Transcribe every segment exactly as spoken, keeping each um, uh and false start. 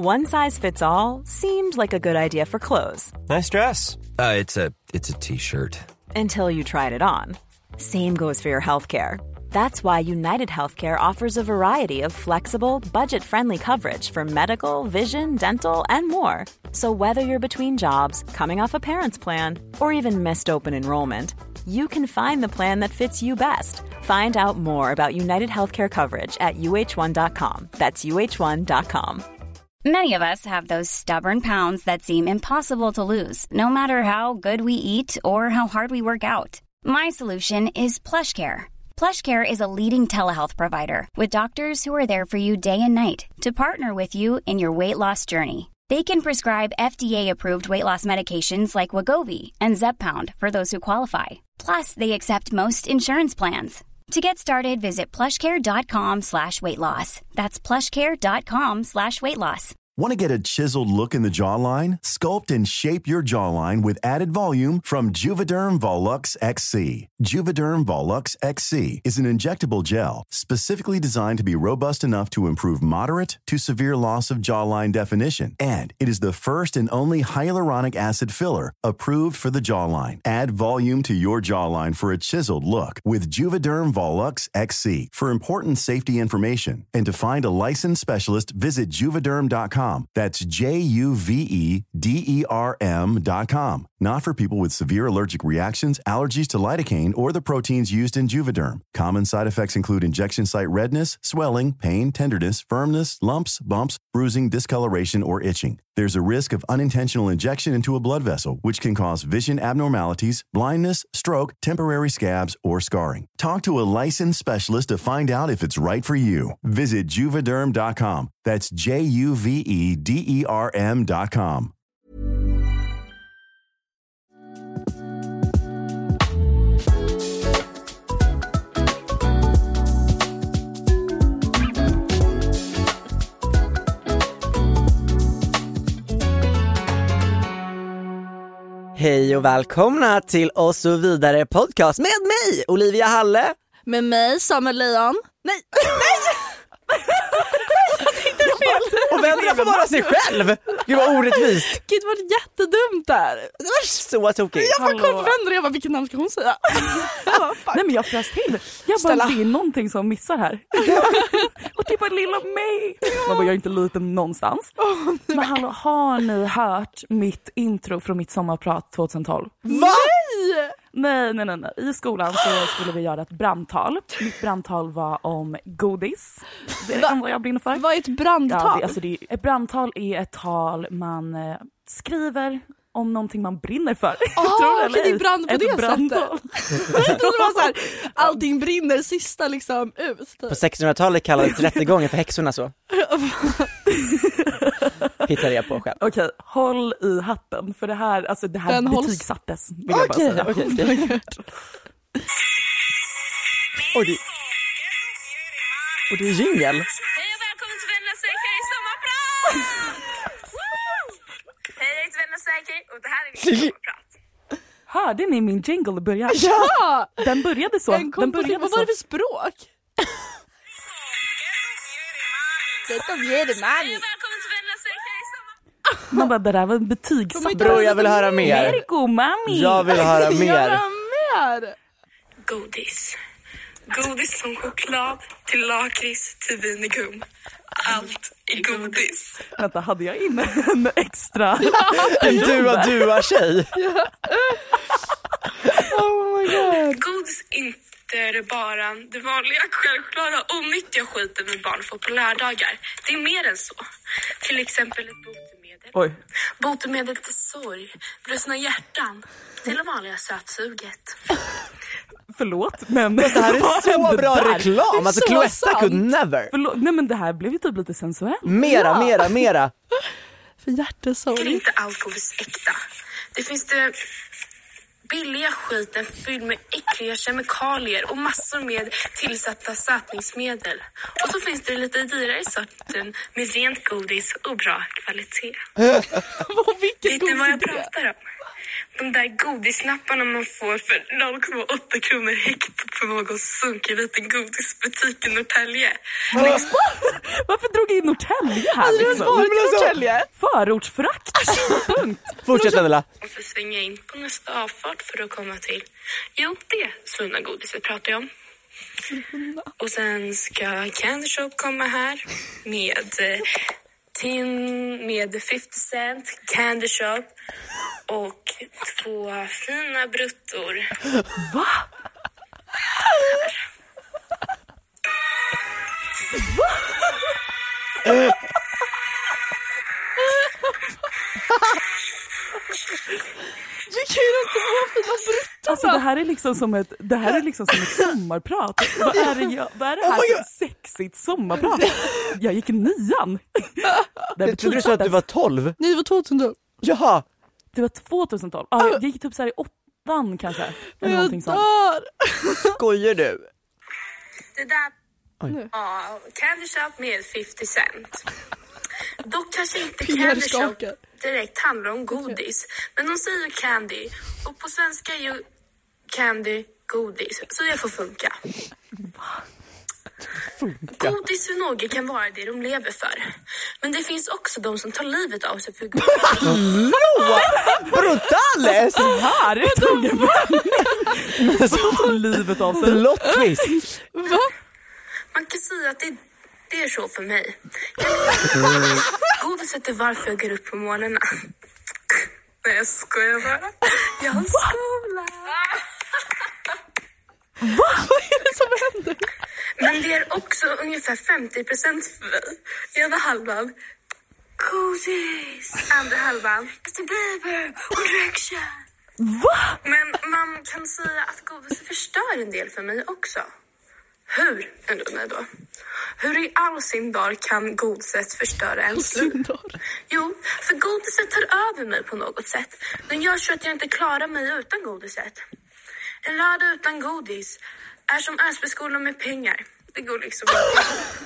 One size fits all seemed like a good idea for clothes. Nice dress. Uh, it's a it's a t-shirt. Until you tried it on. Same goes for your healthcare. That's why United Healthcare offers a variety of flexible, budget-friendly coverage for medical, vision, dental, and more. So whether you're between jobs, coming off a parent's plan, or even missed open enrollment, you can find the plan that fits you best. Find out more about United Healthcare coverage at U H one dot com. That's U H one dot com. Many of us have those stubborn pounds that seem impossible to lose, no matter how good we eat or how hard we work out. My solution is PlushCare. PlushCare is a leading telehealth provider with doctors who are there for you day and night to partner with you in your weight loss journey. They can prescribe F D A-approved weight loss medications like Wegovy and Zepbound for those who qualify. Plus, they accept most insurance plans. To get started, visit plushcare.com slash weight loss. That's plushcare.com slash weight loss. Want to get a chiseled look in the jawline? Sculpt and shape your jawline with added volume from Juvederm Volux X C. Juvederm Volux X C is an injectable gel specifically designed to be robust enough to improve moderate to severe loss of jawline definition. And it is the first and only hyaluronic acid filler approved for the jawline. Add volume to your jawline for a chiseled look with Juvederm Volux X C. For important safety information and to find a licensed specialist, visit juvederm dot com. That's J U V E D E R M dot com. Not for people with severe allergic reactions, allergies to lidocaine, or the proteins used in Juvederm. Common side effects include injection site redness, swelling, pain, tenderness, firmness, lumps, bumps, bruising, discoloration, or itching. There's a risk of unintentional injection into a blood vessel, which can cause vision abnormalities, blindness, stroke, temporary scabs, or scarring. Talk to a licensed specialist to find out if it's right for you. Visit Juvederm dot com. That's J U V E D E R M dot com. Hej och välkomna till Och så vidare podcast med mig, Olivia Halle. Med mig, Samuel Leon. Nej, nej! Jag tänkte fel. Och vänta får vara sig själv. Gud vad orättvist. Gud, det var jättedumt där. Det var så tokigt. Jag bara kom vänder och jag bara, vilken namn ska hon säga? Ja, nej men jag frös till. Jag bara, det är någonting som missar här. Och det var lilla mig. Man bara, jag är inte liten någonstans. Oh, men hallå, har ni hört mitt intro från mitt sommarprat tjugohundratolv? Va? Nej, nej, nej, nej. I skolan så skulle vi göra ett brandtal. Mitt brandtal var om godis. Det är vad jag brinner för. Vad är ett brandtal? Ja, det, alltså det, ett brandtal är ett tal man eh, skriver om någonting man brinner för. Oh, tror det, det är brand på ett det brandtal. sättet. Det var så här, allting brinner sista liksom ut. Typ. På sextonhundratalet kallades rättegången för häxorna så. Hittade jag på själv. Okej, håll i hatten för det här, alltså det här Den betygsattes vill jag bara säga. Okej, okej. Och det Och det är jingel. Hej och välkommen till Vännerna Säker i sommarprat! Hej, jag heter Vännerna Säker och det här är mitt sommarprat. Hörde ni min jingle i början? Ja! Den började så. Den, Den började vad så. var det för språk? Det kom ger det man. Hej och välkommen till Vännerna Säker i sommarprat. Man bara, det där var en betygsatt. Bro, jag vill höra mer. Mergo, mami. Jag vill höra mer. Göra mer. Godis. Godis som choklad, till lakrits, till vin i gum. Allt i godis. Vänta, hade jag in en extra? En dua-dua-tjej. Oh my god. Godis inte är bara det vanliga, självklara, onyttiga skiten med barn får på lördagar. Det är mer än så. Till exempel ett botemedel. Oj. Botemedel till sorg, brustna hjärtan, till det vanliga sötsuget. Förlåt, men Det här är så bra där? reklam. Alltså så Cloetta sant. could never. Förlåt, nej men det här blev ju typ lite sensuellt. Mera, Ja. mera, mera. För Det är hjärtesorg. inte allt godis äkta. Det finns det billiga skiten fylld med äckliga kemikalier och massor med tillsatta sötningsmedel. Och så finns det lite dyrare sorten med rent godis och bra kvalitet. Vilket Vet ni vad jag godis är det? pratar om? De där godisnapparna man får för noll komma åtta kronor hekto på någon sunkig liten godisbutik i Norrtälje. Varför drog jag in Norrtälje här liksom? Norrtälje. Förortsfrakt. Punkt. Fortsätt Vendela. Och så svänga in på nästa avfart för att komma till, jo, det svunna godiset pratar jag om. Och sen ska Candy Shop komma här med eh, tin med femtio cent, Candy Shop och två fina bruttor. Va? Va? Alltså det här är liksom som ett det här är liksom som ett sommarprat. Vad är det jag, vad är det här Oh för sexigt sommarprat? Jag gick i nian. Det Jag trodde du sa att du var tolv. Nej, det var tvåtusentolv. Jaha. Det var tvåtusentolv. Ja, jag gick typ så här i åttan kanske. Eller någonting sånt. Skojar du? Det där ja, Candy Shop med femtio cent. Dock kanske inte Candy Shop direkt handlar om godis. Men de säger candy. Och på svenska är ju candy godis. Så det får funka. funka. Godis för några kan vara det de lever för. Men det finns också de som tar livet av sig för godis. Brutales! Här tog jag vändning. Som tar livet av sig. Plot twist. Va? Man kan säga att det, det är så för mig. Godiset är varför jag går upp på morgnarna. Nej, jag skojar bara. Jag har skola. Vad är det som händer? Men det är också ungefär femtio procent för mig. Ena halvan godis, andra halvan Justin Bieber och Direction. Va? Men man kan säga att godis förstör en del för mig också. Hur, undrar mig då? Hur i all sin dag kan godiset förstöra ens liv? Jo, för godiset tar över mig på något sätt. Den gör så att jag inte klarar mig utan godiset. En lördag utan godis är som Ösbyskolan med pengar. Det går liksom inte.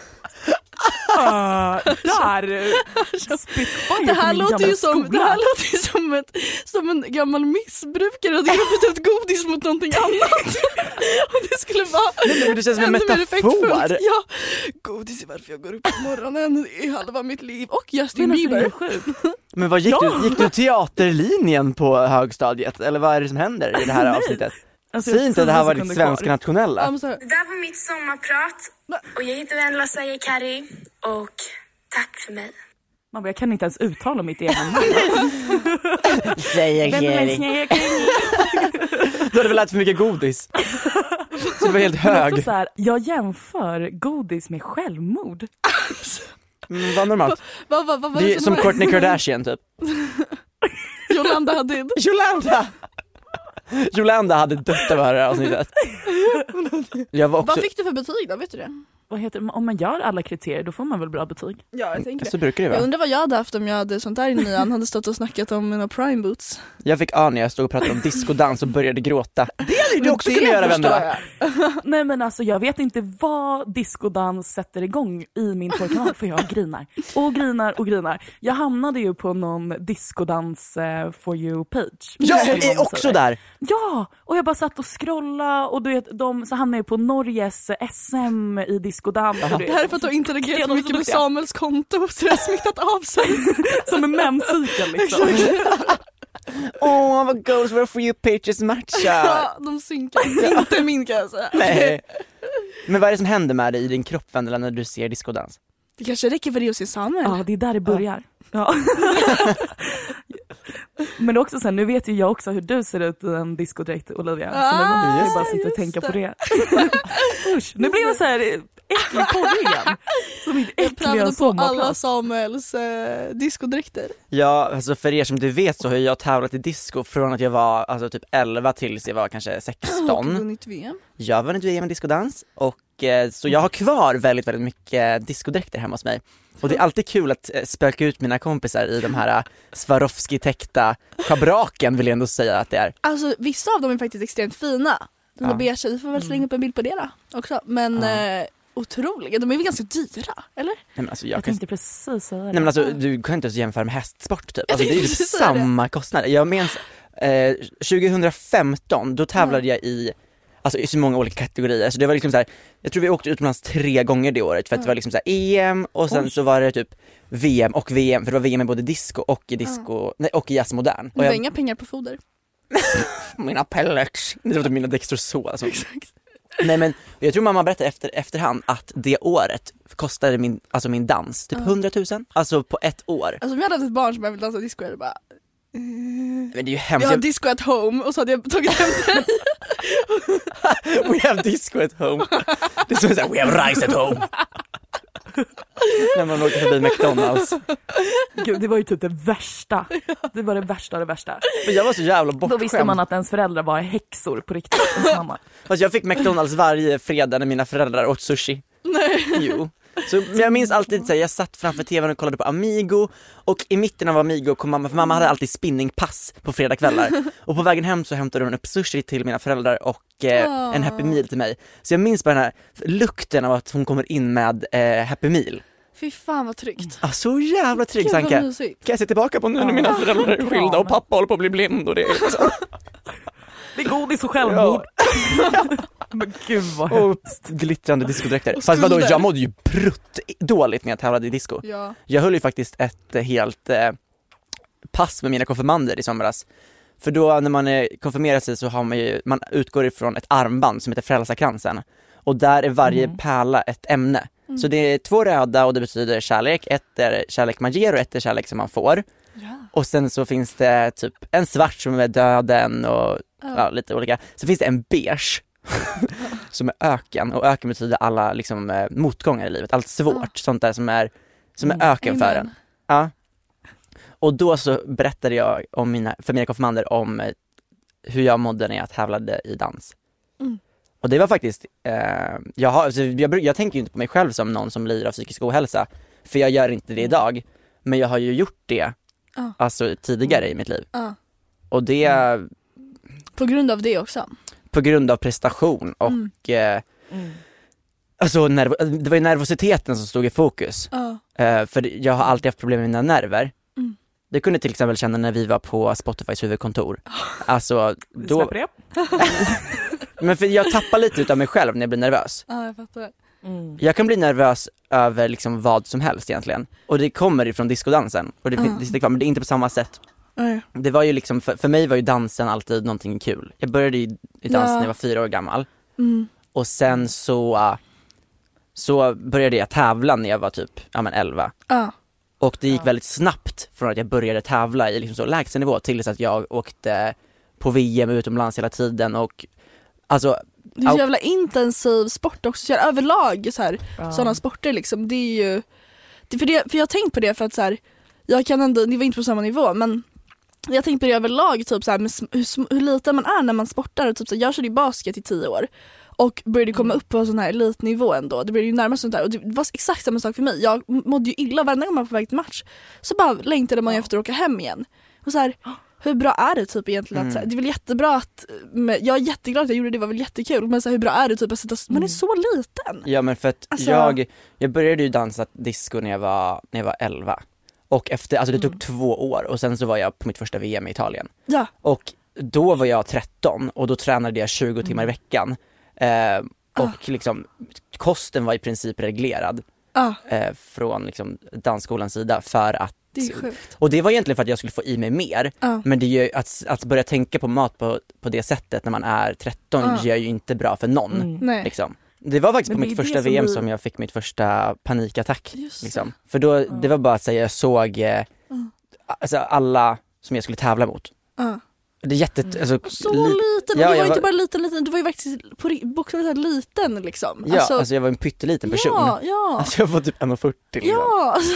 Uh, där det här låter ju som det här låter ju som ett som en gammal missbrukare hade bytt ut godis mot någonting annat. Och det skulle vara nej, men det känns som en metafor. Ja, godis är varför jag går upp på morgonen i halva mitt liv och Justin men Bieber. Men vad gick ja. du gick du teaterlinjen på högstadiet eller vad är det som händer i det här avsnittet? Alltså, säg inte att det här var ditt svenska nationella. Det där var mitt sommarprat. Och jag heter Vendela, säger Kari. Och tack för mig. Mamma, jag kan inte ens uttala mitt egna namn. Säger Kari. Du hade väl ätit för mycket godis. Så det var helt hög. Så här, jag jämför godis med självmord. Mm, vad normalt. Va, va, va, va, det är som Kourtney Kardashian typ. Yolanda Hadid. Yolanda! Jolanda hade dött av det här avsnittet. Jag var också... Vad fick du för betyg då, vet du det? Vad heter det? Om man gör alla kriterier då får man väl bra betyg. Ja, jag tänker det. Så brukar det vara. Jag undrar vad jag hade haft om jag hade sånt där i nian. Hade stått och snackat om mina Prime Boots. Jag fick A när jag stod och pratade om diskodans och började gråta. Det hade du också kunnat göra, Vendela. Nej men alltså jag vet inte vad diskodans sätter igång i min Twitter-kanal för jag grinar. Och grinar och grinar. Jag hamnade ju på någon diskodans uh, for you page. Jag är också där. Ja, och jag bara satt och scrollade och du vet, de, så hamnade jag på Norges S M i diskodans. Det här är för att du har interagerat mycket med Samuels konto så det har smittat av sig. Som en menscykel liksom. Åh, oh, vad goes were for you pages matcha. Ja, de synkar. Inte min kan jag säga. Nej. Men vad är det som händer med dig i din kropp, Vendela, när du ser diskodans? Det kanske räcker för dig att se Samuel. Ja, det är där det börjar. Ja. Men också sen, nu vet ju jag också hur du ser ut i en diskodräkt, Olivia. Ah, så nu måste jag just bara sitta och tänka det. på det. Usch, nu blir jag så här äcklig på ryggen. Som mitt Jag äckliga prövade på alla sommarprat. Samuels eh, diskodräkter. Ja, alltså för er som du vet så har jag tävlat i disco från att jag var alltså typ elva tills jag var kanske sexton. Och vunnit V M. Jag har vunnit V M i diskodans och eh, så jag har kvar väldigt, väldigt mycket diskodräkter hemma hos mig. Och det är alltid kul att eh, spöka ut mina kompisar i de här Swarovski-täckta schabraken, vill jag ändå säga att det är. Alltså vissa av dem är faktiskt extremt fina. De Ja. är beige, vi får väl slänga upp en bild på det då också. Men Ja. eh, otroliga, de är väl ganska dyra, eller? Nej, men alltså, jag Jag kan... tänkte precis säga det. Nej, men alltså, du kan inte ens jämföra med hästsport typ. Alltså, Jag det är ju tänkte säga samma kostnad. Jag minns eh, tjugohundrafemton då tävlade mm. jag i alltså i så många olika kategorier. Så det var liksom så här, jag tror vi åkte utomlands tre gånger det året för att mm. det var liksom så här E M och sen Oj. så var det typ V M och V M, för det var V M i både disco och i disco mm. nej, och i jazzmodern. Det var jag... inga pengar på foder. Mina pellets. Det var typ mina Dextrosol alltså. Exakt. Nej men jag tror mamma berättade efter efterhand att det året kostade min alltså min dans typ hundratusen uh. alltså på ett år. Alltså om jag hade ett barn som jag vill dansa disco är det bara Men det är ju hemskt. Jag har disco at home och så hade jag tagit hem dig. We have disco at home. Det är som såhär, we have rice at home. När man åker förbi McDonalds. Gud, det var ju typ det värsta. Det var det värsta, det värsta. Men jag var så jävla bortskämd. Då visste man att ens föräldrar var häxor på riktigt. Mamma. Fast jag fick McDonalds varje fredag när mina föräldrar åt sushi. Nej. Jo. Så jag minns alltid att jag satt framför tvn och kollade på Amigo. Och i mitten av Amigo kom mamma, för mamma hade alltid spinningpass på fredagskvällar. Och på vägen hem så hämtade hon upp sushi till mina föräldrar och eh, en Happy Meal till mig. Så jag minns bara den här lukten av att hon kommer in med eh, Happy Meal. Fy fan vad tryggt. Ah, så jävla tryggt, Sanka. Kan jag se tillbaka på nu när mina föräldrar är skilda och pappa håller på att bli blind och det är liksom. Det är godis och självmord. Ja. Men gud vad och glittrande diskodräkter. Fast vadå, jag mådde ju brutt dåligt när jag tävlade i disco. Ja. Jag höll ju faktiskt ett helt eh, pass med mina konfirmander i somras. För då när man är konfirmerar sig så har man ju, man utgår ifrån ett armband som heter Frälsarkransen. Och där är varje mm. pärla ett ämne. Mm. Så det är två röda och det betyder kärlek. Ett är kärlek man ger och ett är kärlek som man får. Ja. Och sen så finns det typ en svart som är döden och ja. Ja, lite olika. Så finns det en beige som är öken. Och öken betyder alla liksom, motgångar i livet. Allt svårt, ja. Sånt där som är, som är öken mm. för en. Ja. Och då så berättade jag om mina, för mina konfirmander om hur jag mådde när jag tävlade i dans. Mm. Och det var faktiskt, eh, jag, har, alltså, jag, jag tänker ju inte på mig själv som någon som lider av psykisk ohälsa. För jag gör inte det idag. Men jag har ju gjort det uh. alltså, tidigare i mitt liv. Uh. Och det... Mm. På grund av det också? På grund av prestation och... Mm. Eh, mm. Alltså, nerv- det var ju nervositeten som stod i fokus. Uh. Eh, för jag har alltid haft problem med mina nerver. Mm. Det kunde till exempel känna när vi var på Spotifys huvudkontor. Alltså, då... Släpper det? Men för jag tappar lite utav mig själv när jag blir nervös. Ja, jag fattar. Mm. Jag kan bli nervös över liksom vad som helst egentligen. Och det kommer ifrån discodansen. Och det, mm. det sitter kvar, men det är inte på samma sätt. Mm. Det var ju liksom, för, för mig var ju dansen alltid någonting kul. Jag började i, i dans ja. när jag var fyra år gammal. Mm. Och sen så Så började jag tävla när jag var typ ja, men elva. Uh. Och det gick uh. väldigt snabbt från att jag började tävla i liksom så lägsta nivå till så att jag åkte på V M utomlands hela tiden. Och alltså det är en jävla intensiv sport också, så här, överlag så här, uh. sådana sporter liksom, det är ju det, för, det, för jag har tänkt på det för att så här, jag kan ändå, det var inte på samma nivå, men jag tänkte på det överlag typ så här, med hur, hur liten man är när man sportar typ så här, jag körde ju basket i tio år och började komma upp på sån här elitnivå ändå. Det började ju närmast sånt där. Och det var exakt samma sak för mig. Jag mådde ju illa varje gång man var på väg till match. Så bara längtade man ju efter att åka hem igen. Och så här, hur bra är det typ egentligen mm. att så här, det är väl jättebra att med, jag är jätteglad att jag gjorde det, det var väl jättekul. Men så här, hur bra är det typ att sitta, man är så liten. Ja, men för att alltså, jag jag började ju dansa disco när jag var när jag var elva. Och efter alltså det tog mm. två år och sen så var jag på mitt första V M i Italien. Ja. Och då var jag tretton och då tränade jag tjugo timmar i veckan. Eh, och ah. liksom kosten var i princip reglerad ah. eh, från liksom dansskolans sida för att det är sjukt. Och det var egentligen för att jag skulle få i mig mer ah. men det är ju att, att börja tänka på mat på, på det sättet när man är tretton ah. gör ju inte bra för någon mm. liksom. Det var faktiskt men på mitt första V M som, vi... som jag fick mitt första panikattack liksom. För då, ah. det var bara att säga jag såg eh, ah. alltså alla som jag skulle tävla mot ah. Det är jätte... Alltså, så li- liten, ja, du var inte var... bara liten, liten, du var ju faktiskt på bokstavligt liten liksom. Ja, alltså, alltså jag var en pytteliten person. Ja, ja. Alltså jag var typ en komma fyrtio liksom. Ja, alltså.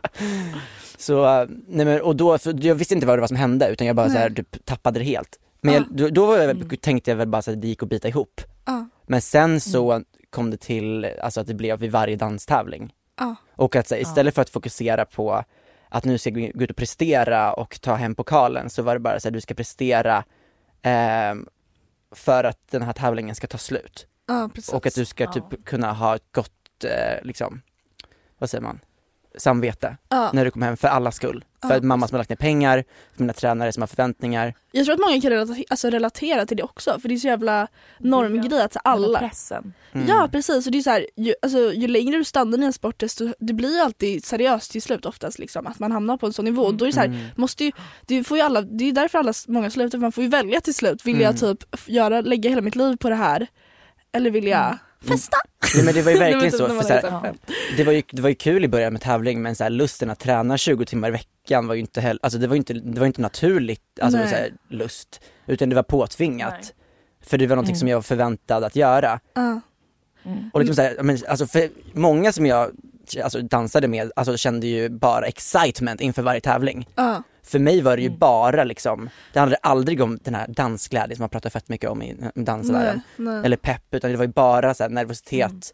Så, nej men, och då, för jag visste inte vad det var som hände utan jag bara så här, typ, tappade det helt. Men ah. jag, då, då var jag, mm. tänkte jag väl bara så att det gick att bita ihop. Ah. Men sen så mm. kom det till alltså, att det blev vid varje danstävling. Ah. Och att så, istället ah. för att fokusera på att nu ska jag gå ut och prestera och ta hem pokalen så var det bara så att du ska prestera eh, för att den här tävlingen ska ta slut. Ja, precis. Och att du ska typ ja. kunna ha ett gott, eh, liksom, vad säger man? samvete Ja. när du kom hem för alla skull. För Ja. att mamma som har lagt ner pengar, för mina tränare som har förväntningar. Jag tror att många kan relatera, alltså relatera till det också, för det är så jävla normgrej att så alla... Pressen. Mm. Ja precis, och det är så här, ju, alltså, ju längre du stannar i en sport desto, det blir ju alltid seriöst till slut oftast liksom, att man hamnar på en sån nivå. Och då är det så här, Mm. måste ju, det får ju alla, det är därför alla, många slutar, för man får ju välja till slut. Vill Mm. jag typ göra, lägga hela mitt liv på det här, eller vill jag Mm. festa? Nej, men det var ju Nej, men verkligen typ så, när man för så är här, så här, det, var ju, det var ju kul i början med tävling, men så här, lusten att träna tjugo timmar i veckan var ju inte heller, alltså det var ju inte, det var inte naturligt, alltså Nej. så här, lust, utan det var påtvingat. Nej. För det var någonting Mm. som jag var förväntad att göra. Ja. Mm. Och liksom så här, men, alltså för många som jag alltså, dansade med, alltså kände ju bara excitement inför varje tävling. Ja. För mig var det ju Mm. bara liksom, det handlade aldrig om den här dansglädjen som man pratar fett mycket om i dansvärlden. Nej, nej. Eller pepp, utan det var ju bara så här nervositet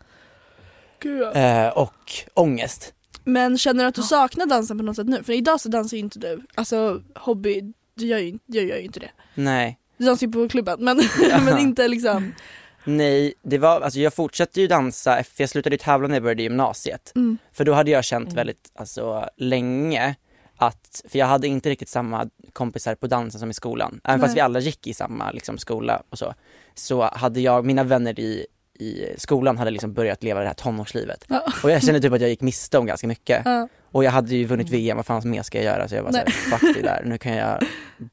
Gud, ja. eh, och ångest. Men känner du att du saknar dansen på något sätt nu? För idag så dansar ju inte du, alltså hobby, du gör ju, jag gör ju inte det. Nej. Du dansar ju på klubben, men, men inte liksom... Nej, det var, alltså jag fortsatte ju dansa, för jag slutade ju tävla när jag började i gymnasiet. Mm. För då hade jag känt Mm. väldigt, alltså länge att, för jag hade inte riktigt samma kompisar på dansen som i skolan. Även Nej. fast vi alla gick i samma liksom, skola och så. Så hade jag, mina vänner i, i skolan hade liksom börjat leva det här tonårslivet. Ja. Och jag kände typ att jag gick miste om ganska mycket. Ja. Och jag hade ju vunnit V M, vad fan mer ska jag göra? Så jag var såhär, fuck det där, nu kan jag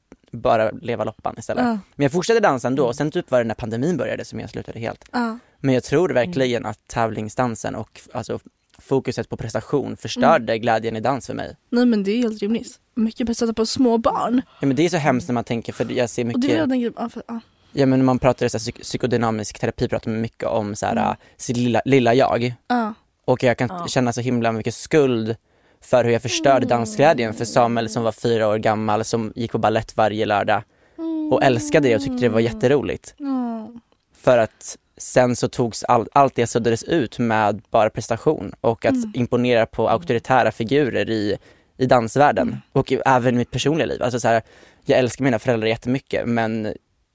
bara leva loppan istället. Ja. Men jag fortsatte dansa ändå, och sen typ var det när pandemin började som jag slutade helt. Ja. Men jag tror verkligen att tävlingsdansen och alltså, fokuset på prestation förstörde Mm. glädjen i dans för mig. Nej men det är helt rimligt. Mycket på att sätta på små barn. Ja, men det är så hemskt när man tänker, för jag ser Och det är mycket, väl den grejen, ja, för, ja. ja, men när man pratar så här, psyk- psykodynamisk terapi pratar man mycket om så här, Mm. sitt lilla, lilla jag. Ja. Och jag kan Ja. känna så himla mycket skuld för hur jag förstörde dansglädjen för Samuel som var fyra år gammal, som gick på ballett varje lördag och älskade det och tyckte det var jätteroligt. Ja. För att sen så togs all, allt det suddades ut med bara prestation och att Mm. imponera på auktoritära figurer i, i dansvärlden Mm. och i, även i mitt personliga liv. Alltså så här, jag älskar mina föräldrar jättemycket, men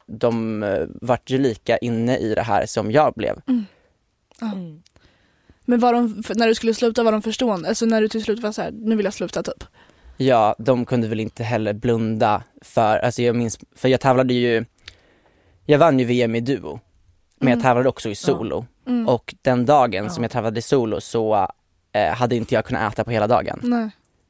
de uh, vart ju lika inne i det här som jag blev. Mm. Men var de, för- när du skulle sluta var de förstående? Alltså när du till slut var så här, nu vill jag sluta typ. Ja, de kunde väl inte heller blunda för, alltså jag minns, för jag tävlade ju, jag vann ju V M i duo, men Mm. jag tävlade också i solo. Mm. Och den dagen som Ja. jag tävlade i solo så eh, hade inte jag kunnat äta på hela dagen. Nej,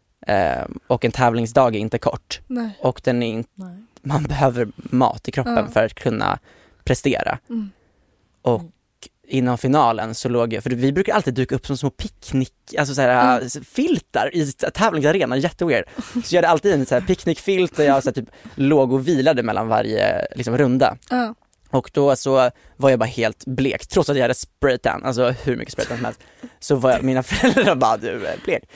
Eh, och en tävlingsdag är inte kort. nej. Och den är inte, Nej. man behöver mat i kroppen Ja. för att kunna prestera. Mm. Och innan finalen så låg jag, för vi brukar alltid dyka upp som små picknick, alltså så här, Mm. filtar i tävlingsarenan, jätteweird. Så jag hade alltid en så här picknickfilt och jag så här, typ låg och vilade mellan varje liksom, runda. Ja. Och då så var jag bara helt blek, trots att jag hade spraytan, alltså hur mycket spraytan som helst. Så var jag, mina föräldrar bara, du är blek.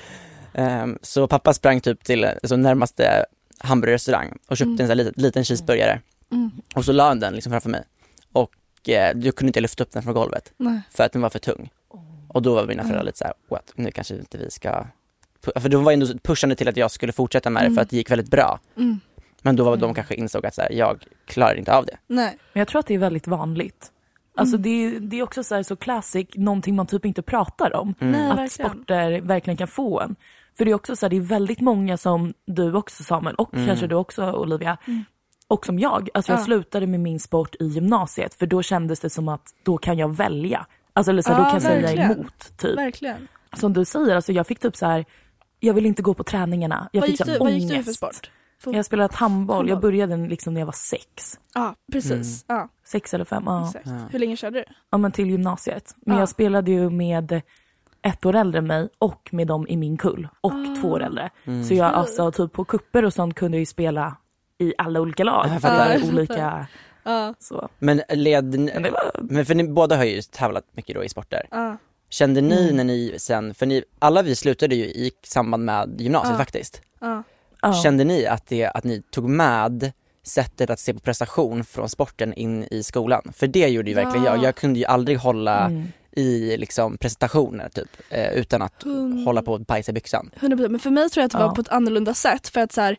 Um, så pappa sprang typ till alltså, närmaste hamburgerrestaurang och köpte Mm. en sån här liten, liten cheeseburgare. Mm. Och så la han den liksom framför mig. Och eh, jag kunde inte lyfta upp den från golvet Nej. för att den var för tung. Och då var mina föräldrar lite så här, what, nu kanske inte vi ska... För de var ändå pushande till att jag skulle fortsätta med det Mm. för att det gick väldigt bra. Mm. Men då var de Mm. kanske insåg att så här, jag klarar inte av det. Nej. Men jag tror att det är väldigt vanligt. Alltså Mm. det, är, det är också så, här, så classic, någonting man typ inte pratar om. Mm. Nej, Att verkligen. sporter verkligen kan få en. För det är också så här, det är väldigt många som du också Samuel och Mm. kanske du också Olivia. Mm. Och som jag. Alltså jag Ja. slutade med min sport i gymnasiet för då kändes det som att då kan jag välja. Alltså eller så här, Ja, då kan jag säga verkligen. emot typ. Verkligen. Som du säger, alltså jag fick typ så här, jag vill inte gå på träningarna. Jag Vad fick gick, så du, här vad gick du ångest. för sport? Jag har spelat handboll. Handboll. Jag började liksom när jag var sex. Ja, precis. Ja, Sex eller fem, ja. exakt. Ja. Hur länge körde du? Ja, men till gymnasiet. Men Ja. jag spelade ju med ett år äldre än mig och med dem i min kull och Ah. två år äldre. Mm. Så jag alltså typ på kupper och sånt kunde jag ju spela i alla olika lag. Jag fattar. För olika Ja. så. Men led Men det var men för ni båda har ju tävlat mycket då i sporter. Ja. Kände ni Mm. när ni sen, för ni, alla vi slutade ju i samband med gymnasiet Ja. faktiskt. Ja. ja. Kände ni att, det, att ni tog med sättet att se på prestation från sporten in i skolan? För det gjorde ju verkligen Ja. jag. Jag kunde ju aldrig hålla Mm. i liksom prestationer typ, eh, utan att Mm. hålla på att bajsa i byxan. hundra procent. Men för mig tror jag att det var Ja. på ett annorlunda sätt. För att så här,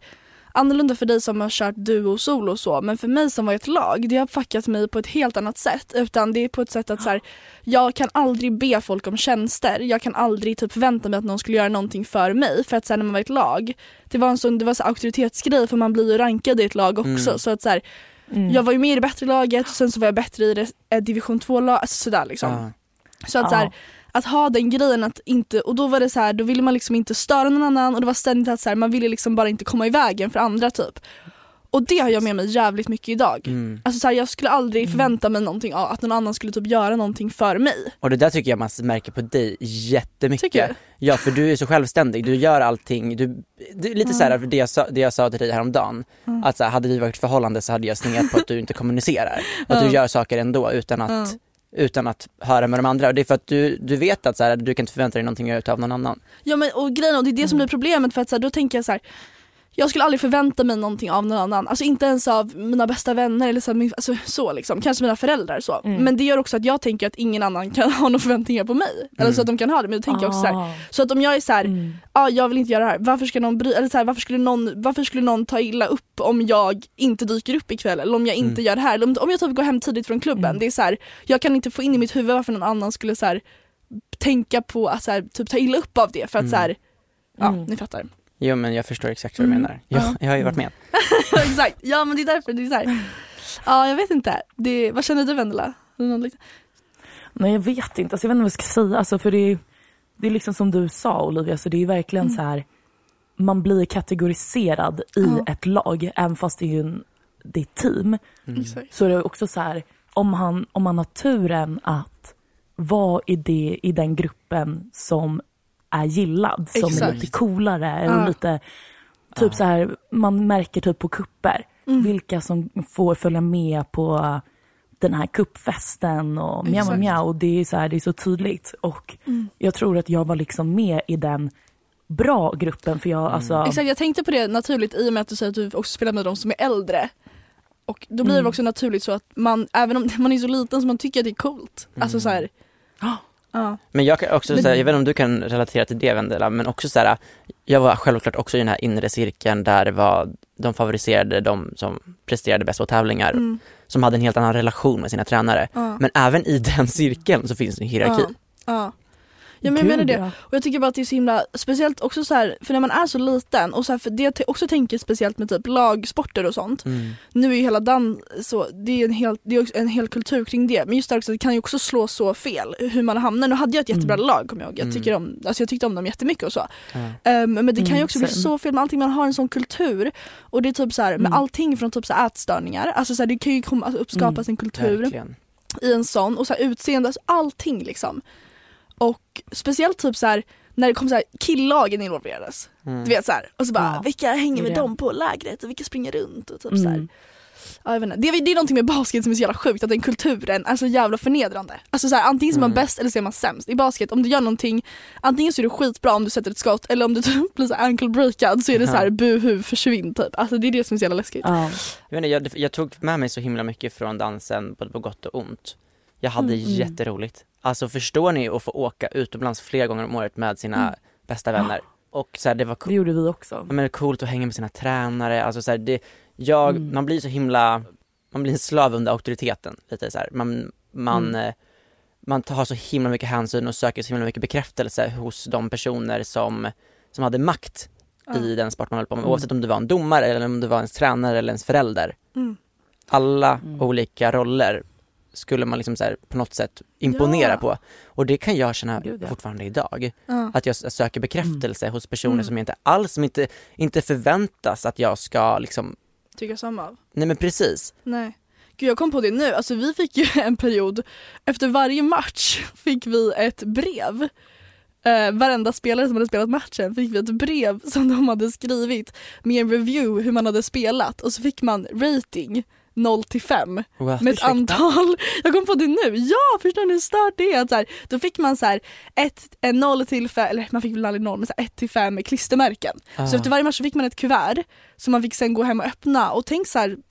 annorlunda för dig som har kört duo och solo och så, men för mig som var ett lag, det har fuckat mig på ett helt annat sätt, utan det är på ett sätt att så här, jag kan aldrig be folk om tjänster, jag kan aldrig typ förvänta mig att någon skulle göra någonting för mig, för att så här, när man var ett lag, det var en sån, det var så auktoritetsgrej, för man blir ju rankad i ett lag också, mm. så att så här, mm. jag var ju med i det bättre laget och sen så var jag bättre i det eh, division två-lag, alltså sådär liksom. Ah. Så att ah. så här, att ha den grejen att inte, och då var det så här, då ville man liksom inte störa någon annan, och det var ständigt att så här, man ville liksom bara inte komma i vägen för andra typ. Och det har jag med mig jävligt mycket idag. Mm. Alltså så här, jag skulle aldrig förvänta mig någonting av att någon annan skulle typ göra någonting för mig. Och det där tycker jag man märker på dig jättemycket. Ja, för du är så självständig, du gör allting, du, det är lite mm. så här, det jag sa, det jag sa till dig häromdagen, mm. att så här, hade vi varit förhållande så hade jag sningat på att du inte kommunicerar. Att mm. du gör saker ändå utan att mm. utan att höra med de andra, och det är för att du, du vet att så här, du kan inte förvänta dig någonting av någon annan. Ja, men och grejen, och det är det som blir problemet, för att så här, då tänker jag så här, jag skulle aldrig förvänta mig någonting av någon annan, alltså inte ens av mina bästa vänner eller så, alltså, så liksom, kanske mina föräldrar så. Mm. Men det gör också att jag tänker att ingen annan kan ha några förväntningar på mig, mm. eller så att de kan ha det, men då tänker ah. jag också så här, så att om jag är så här, ja mm. ah, jag vill inte göra det här, varför ska någon bry, eller så här, varför skulle någon varför skulle någon ta illa upp om jag inte dyker upp ikväll, eller om jag inte mm. gör det här, eller om, om jag typ går hem tidigt från klubben, mm. det är så här, jag kan inte få in i mitt huvud varför någon annan skulle så här tänka på att så här, typ ta illa upp av det, för att mm. så här, ja, mm. ni fattar. Jo, men jag förstår exakt vad du mm. menar. Jag, ja. jag har ju varit med. Exakt, ja men det är därför det är så här. Ja, jag vet inte. Det, vad känner du, Vendela? Nej, jag vet inte. Alltså, jag vet inte vad jag ska säga. Alltså, för det, det är liksom som du sa, Olivia. Så det är verkligen mm. så här, man blir kategoriserad i mm. ett lag, även fast det är ju en, det är team. Mm. Så är det också så här, om, han, om man har turen att vara i, det, i den gruppen som är gillad, som Exakt. Är lite coolare eller ja. Lite typ ja. Så här, man märker typ på kupper mm. vilka som får följa med på den här kuppfesten och mjau mjau, och det är så här, det är så tydligt, och mm. jag tror att jag var liksom med i den bra gruppen, för jag mm. alltså Exakt, jag tänkte på det naturligt i och med att du säger att du också spelar med de som är äldre, och då blir mm. det också naturligt så att man, även om man är så liten, så man tycker att det är coolt, mm. alltså så här. Ja. Men jag kan också säga, jag vet inte om du kan relatera till det, Vendela, men också så här, jag var självklart också i den här inre cirkeln där det var, de favoriserade de som presterade bäst på tävlingar, mm. som hade en helt annan relation med sina tränare. Ja. Men även i den cirkeln så finns det en hierarki. Ja. Ja. Ja, men jag menar det. Och jag tycker bara att det är så himla speciellt också så här, för när man är så liten, och så här, för det jag också tänker speciellt med typ lagsporter och sånt. Mm. Nu är ju hela dan så det är en hel det är en hel kultur kring det, men just det också, det kan ju också slå så fel hur man hamnar. Nu hade jag ett jättebra mm. lag, kommer jag ihåg. Jag tycker om alltså jag tyckte om dem jättemycket och så. Mm. Um, men det kan ju också mm. bli så fel med allting, man har en sån kultur, och det är typ så här med mm. allting från typ så här ätstörningar. Alltså så här, det kan ju komma alltså, uppskapas mm. en kultur Verkligen. I en sån, och så här utseende, alltså allting liksom. Och speciellt typ så här när det kom så här killlagen involverades. Mm. Du vet så här, och så bara ja. Vilka hänger med dem på lägret och vilka springer runt och typ mm. så här. Ja, jag vet inte. Det är det är någonting med basket som är så jävla sjukt, att den kulturen är så jävla förnedrande. Alltså så här, antingen så är man mm. bäst eller så är man sämst. I basket, om du gör någonting, antingen så är du skitbra om du sätter ett skott, eller om du typ blir så ankle breakad, så är det så här buhu, försvinn typ. Alltså det är det som är så jävla läskigt. Ja. Jag vet inte, jag, jag tog med mig så himla mycket från dansen, både på gott och ont. Jag hade mm. jätteroligt. Alltså förstår ni att få åka utomlands flera gånger om året med sina mm. bästa vänner. Och så här, det var cool. Det gjorde vi också. Ja, men det är coolt att hänga med sina tränare. Alltså så här, det, jag, mm. man blir så himla, man blir en slav under auktoriteten. Lite så här. Man, man, mm. man tar så himla mycket hänsyn och söker så himla mycket bekräftelse hos de personer som, som hade makt mm. i den sport man höll på med. Mm. Oavsett om du var en domare eller om du var ens tränare eller ens förälder. Mm. Alla mm. olika roller skulle man liksom så här på något sätt imponera ja. På. Och det kan jag känna Gud, ja. Fortfarande idag. Ja. Att jag söker bekräftelse mm. hos personer mm. som inte alls, som inte, inte förväntas att jag ska liksom tycka samma av. Nej, men precis. Nej. Gud, jag kom på det nu. Alltså vi fick ju en period, efter varje match fick vi ett brev. Uh, varenda spelare som hade spelat matchen fick vi ett brev som de hade skrivit med en review hur man hade spelat, och så fick man rating noll till fem wow, med ett antal. Jag kom på det nu. Ja, förstår ni hur stört det är? Att så här, då fick man så här ett, en noll till fem, eller man fick väl aldrig noll, men så här ett till fem med klistermärken. Ah. Så efter varje match så fick man ett kuvert som man fick sen gå hem och öppna. Och tänk så här,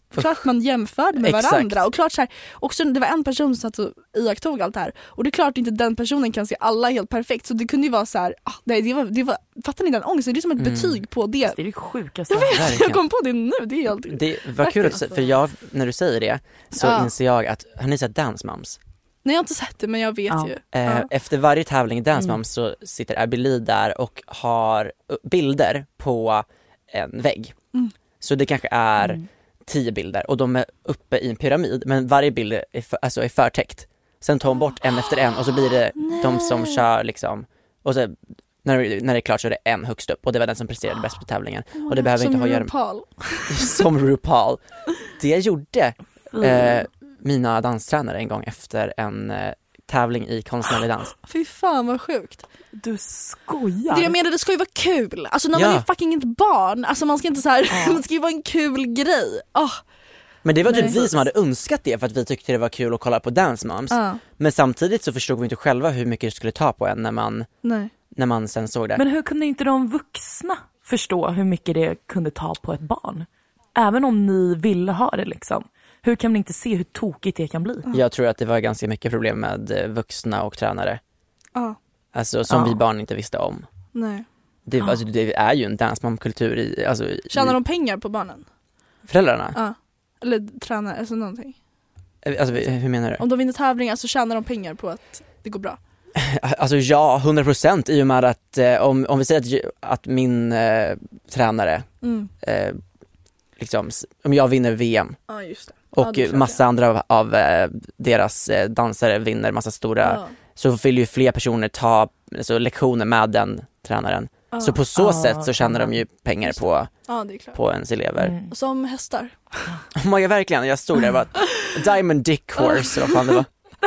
klart man jämförde med Exakt. varandra. Och klart så här, också det var en person som satt och iakttog allt det här. Och det är klart inte den personen kan se alla helt perfekt. Så det kunde ju vara så här, ah, nej, det var, det var, fattar ni den ångesten? Det är som ett mm. betyg på det. Det är det sjukaste. Jag vet, Verkligen. jag kom på det nu. Det är helt... Det var kul att, för jag, när du säger det så Ja. inser jag att, har ni sett Dance Moms? Nej, jag har inte sett det, men jag vet Ja. ju. Eh, Ja. Efter varje tävling i Dance Mm. Moms så sitter Abby Lee där och har bilder på en vägg. Mm. Så det kanske är Mm. tio bilder och de är uppe i en pyramid, men varje bild är, för, alltså är förtäckt. Sen tar hon bort en efter en och så blir det de som kör liksom, och så när, när det är klart så är det en högst upp och det var den som presterade bäst på tävlingen. Och det behöver Som inte ha att göra RuPaul. som RuPaul. Det gjorde eh, mina danstränare en gång efter en eh, tävling i konstnärlig dans. Fy fan vad sjukt. Du skojar. Det jag menar, det ska ju vara kul. Alltså när Ja. man är fucking inte barn. Alltså man ska inte så här, Ja. det ska ju vara en kul grej. Oh. Men det var typ Nej. vi som hade önskat det för att vi tyckte det var kul att kolla på Dance Moms. Ja. Men samtidigt så förstod vi inte själva hur mycket det skulle ta på en när man, Nej. när man sen såg det. Men hur kunde inte de vuxna förstå hur mycket det kunde ta på ett barn? Även om ni ville ha det liksom. Hur kan ni inte se hur tokigt det kan bli? Jag tror att det var ganska mycket problem med eh, vuxna och tränare. Ja. Alltså som Ja. vi barn inte visste om. Nej. Det, alltså, det är ju en Dance Mom-kultur i, alltså, i Tjänar de pengar på barnen? föräldrarna. Ja. Eller tränar, alltså någonting. Alltså hur menar du? Om de vinner tävlingar så tjänar de pengar på att det går bra. Alltså ja, hundra procent i och med att eh, om, om vi säger att, att min eh, tränare Mm. eh, liksom, s- om jag vinner V M Ja, just det. Ja, och det är klart, massa andra av, av eh, deras eh, dansare vinner massa stora, Ja. så vill ju fler personer ta alltså, lektioner med den tränaren. Ja. Så på så Ah, sätt så tjänar de ju pengar på, Ja, det är klart. på ens elever. Mm. Som hästar. Oh my God, verkligen, jag stod där och bara Diamond Dick Horse, vad fan det var.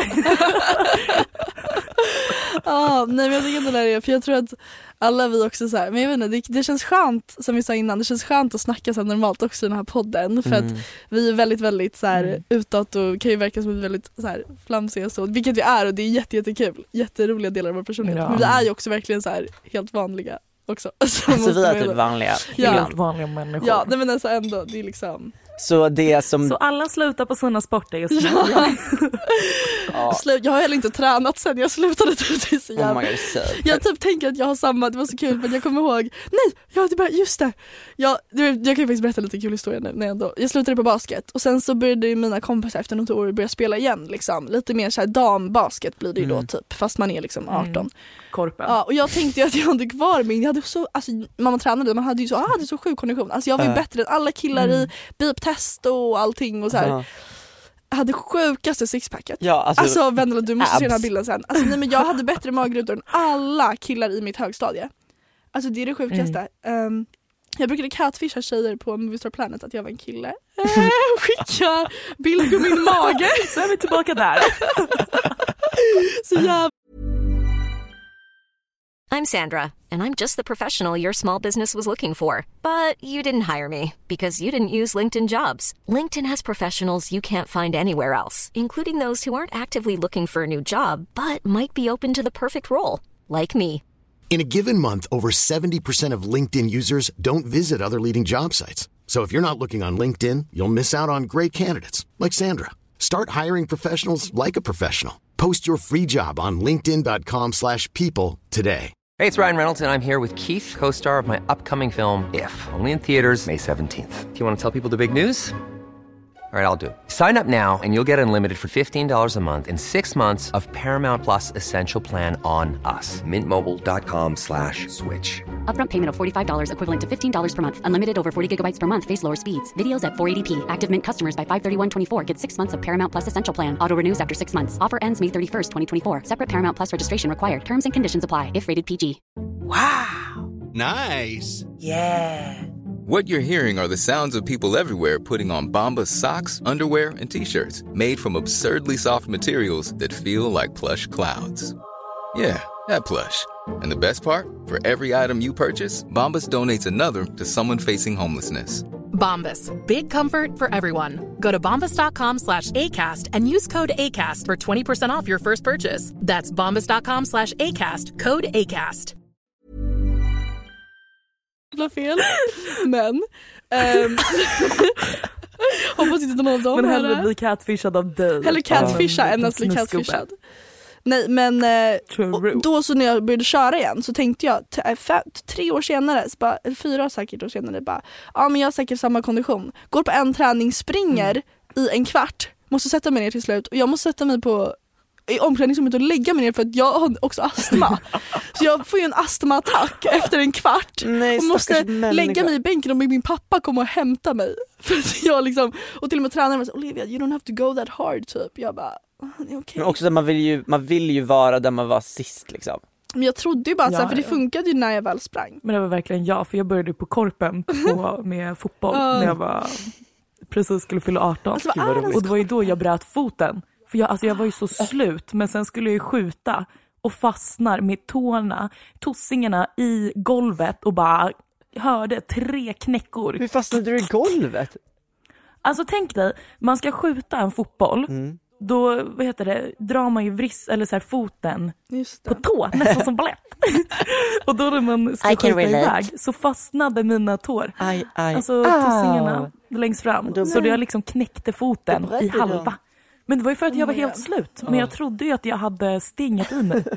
Ja, nej men jag tycker inte det där är, för jag tror att alla vi också så här, men jag vet inte, det, det känns skönt, som vi sa innan, det känns skönt att snacka så här normalt också i den här podden, för Mm. att vi är väldigt, väldigt så här Mm. utåt och kan ju verka som ett väldigt så här flamsiga så, vilket vi är, och det är jätte, jättekul, jätteroliga delar av vår personlighet, Ja. men vi är ju också verkligen så här helt vanliga också. Så Alltså måste vi är man ju- typ vanliga Ja. ibland. Helt vanliga människor. Ja, nej men alltså ändå, det är liksom Så det som... Så alla slutar på sina sporter just nu. ja. ja. Slu- jag har heller inte tränat sen jag slutade typ, det är så Oh jävla my God, så. Jag typ tänker att jag har samma, det var så kul men jag kommer ihåg, nej, ja, det bara, just det. Jag, det- jag kan ju faktiskt berätta lite kul historia nu, när jag, ändå, jag slutade på basket och sen så började ju mina kompisar efter något år börja spela igen liksom. Lite mer såhär dambasket blir det ju Mm. då typ, fast man är liksom arton. Mm. Korpen. Ja, och jag tänkte ju att jag hade kvar min, jag hade så, alltså mamma tränade, man hade ju så, jag hade så sjuk kondition. Alltså jag var ju Ja. bättre än alla killar Mm. i beep-test och allting och så här. Ja. Jag hade sjukaste sixpacket. Ja, alltså, Alltså Vendela, du måste se den här abs. bilden sen. Alltså, nej, men jag hade bättre magrutor än alla killar i mitt högstadie. Alltså det är det sjukaste. Um, jag brukade catfisha tjejer på Movistar Planet att jag var en kille. Äh, skicka bild på min mage. Så är vi tillbaka där. Så jävla... I'm Sandra, and I'm just the professional your small business was looking for. But you didn't hire me because you didn't use LinkedIn Jobs. LinkedIn has professionals you can't find anywhere else, including those who aren't actively looking for a new job, but might be open to the perfect role, like me. In a given month, over seventy percent of LinkedIn users don't visit other leading job sites. So if you're not looking on LinkedIn, you'll miss out on great candidates like Sandra. Start hiring professionals like a professional. Post your free job on linkedin dot com slash people today. Hey, it's Ryan Reynolds, and I'm here with Keith, co-star of my upcoming film, If, only in theaters May seventeenth. Do you want to tell people the big news? All right, I'll do it. Sign up now and you'll get unlimited for fifteen dollars a month and six months of Paramount Plus Essential Plan on us. Mint Mobile dot com slash switch. Upfront payment of forty-five dollars equivalent to fifteen dollars per month. Unlimited over forty gigabytes per month. Face lower speeds. Videos at four eighty p. Active Mint customers by five thirty-one twenty-four get six months of Paramount Plus Essential Plan. Auto renews after six months. Offer ends May thirty-first, twenty twenty-four. Separate Paramount Plus registration required. Terms and conditions apply if rated P G. Wow. Nice. Yeah. What you're hearing are the sounds of people everywhere putting on Bombas socks, underwear, and T-shirts made from absurdly soft materials that feel like plush clouds. Yeah, that plush. And the best part? For every item you purchase, Bombas donates another to someone facing homelessness. Bombas. Big comfort for everyone. Go to bombas dot com slash ACAST and use code ACAST for twenty percent off your first purchase. That's bombas dot com slash ACAST. Code ACAST. fel. Men um, Hoppas inte någon av dem. Men hellre bli catfishad av dig. Eller catfisha än att bli catfishad. Nej men eh, då så när jag började köra igen så tänkte jag t- f- tre år senare, så bara, eller fyra säkert år senare bara, ja men jag har säkert samma kondition. Går på en träning, springer mm. i en kvart, måste sätta mig ner till slut och jag måste sätta mig på i omklädningsrummet och lägga mig ner för att jag har också astma. Så jag får ju en astmaattack efter en kvart. Nej, och måste människa. lägga mig i bänken och min pappa kommer och hämta mig. För att jag liksom, och till och med tränaren var så, Olivia, you don't have to go that hard typ. Jag bara, det är okej. Men också man vill ju man vill ju vara där man var sist liksom. Men jag trodde ju bara ja, så här, för det ja. funkade ju när jag väl sprang. Men det var verkligen jag, för jag började på Korpen på, med fotboll uh. när jag var precis skulle fylla arton. Alltså, och det var ju då jag bröt foten. För jag, alltså jag var ju så slut, men sen skulle jag ju skjuta och fastnar med tårna, tossingarna i golvet och bara hörde tre knäckor. Hur fastnade du i golvet? Alltså tänk dig, man ska skjuta en fotboll, mm. då vad heter det, drar man ju vriss, eller så här foten på tå, nästan som balett. Och då när man ska skjuta iväg så fastnade mina tår. Aj, aj. Alltså tossingarna längst fram. Då, så det jag liksom knäckte foten i halva. Då. Men det var ju för att jag var helt slut. Men jag trodde ju att jag hade stinget i mig.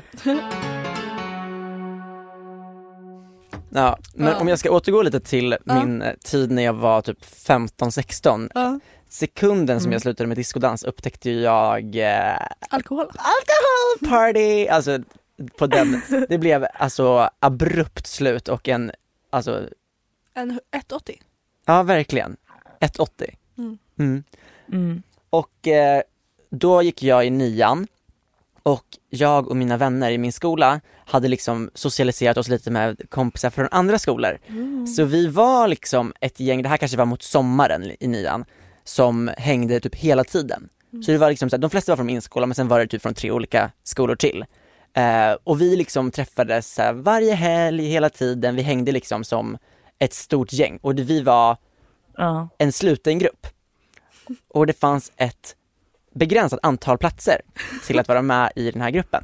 Ja, men ja. Om jag ska återgå lite till ja. min tid när jag var typ femton sexton. Ja. Sekunden som mm. jag slutade med diskodans upptäckte jag eh, alkohol. Alkohol party. Alltså på den det blev alltså abrupt slut och en alltså en ett åttio. Ja, verkligen. ett åttio. Mm. Mm. Mm. Och eh, då gick jag i nian. Och jag och mina vänner i min skola hade liksom socialiserat oss lite med kompisar från andra skolor. Mm. Så vi var liksom ett gäng, det här kanske var mot sommaren i nian, som hängde typ hela tiden. Mm. Så det var liksom så här, de flesta var från min skola, men sen var det typ från tre olika skolor till. Eh, och vi liksom träffades så här, varje helg hela tiden. Vi hängde liksom som ett stort gäng. Och det, vi var uh. en sluten grupp. Och det fanns ett begränsat antal platser till att vara med i den här gruppen.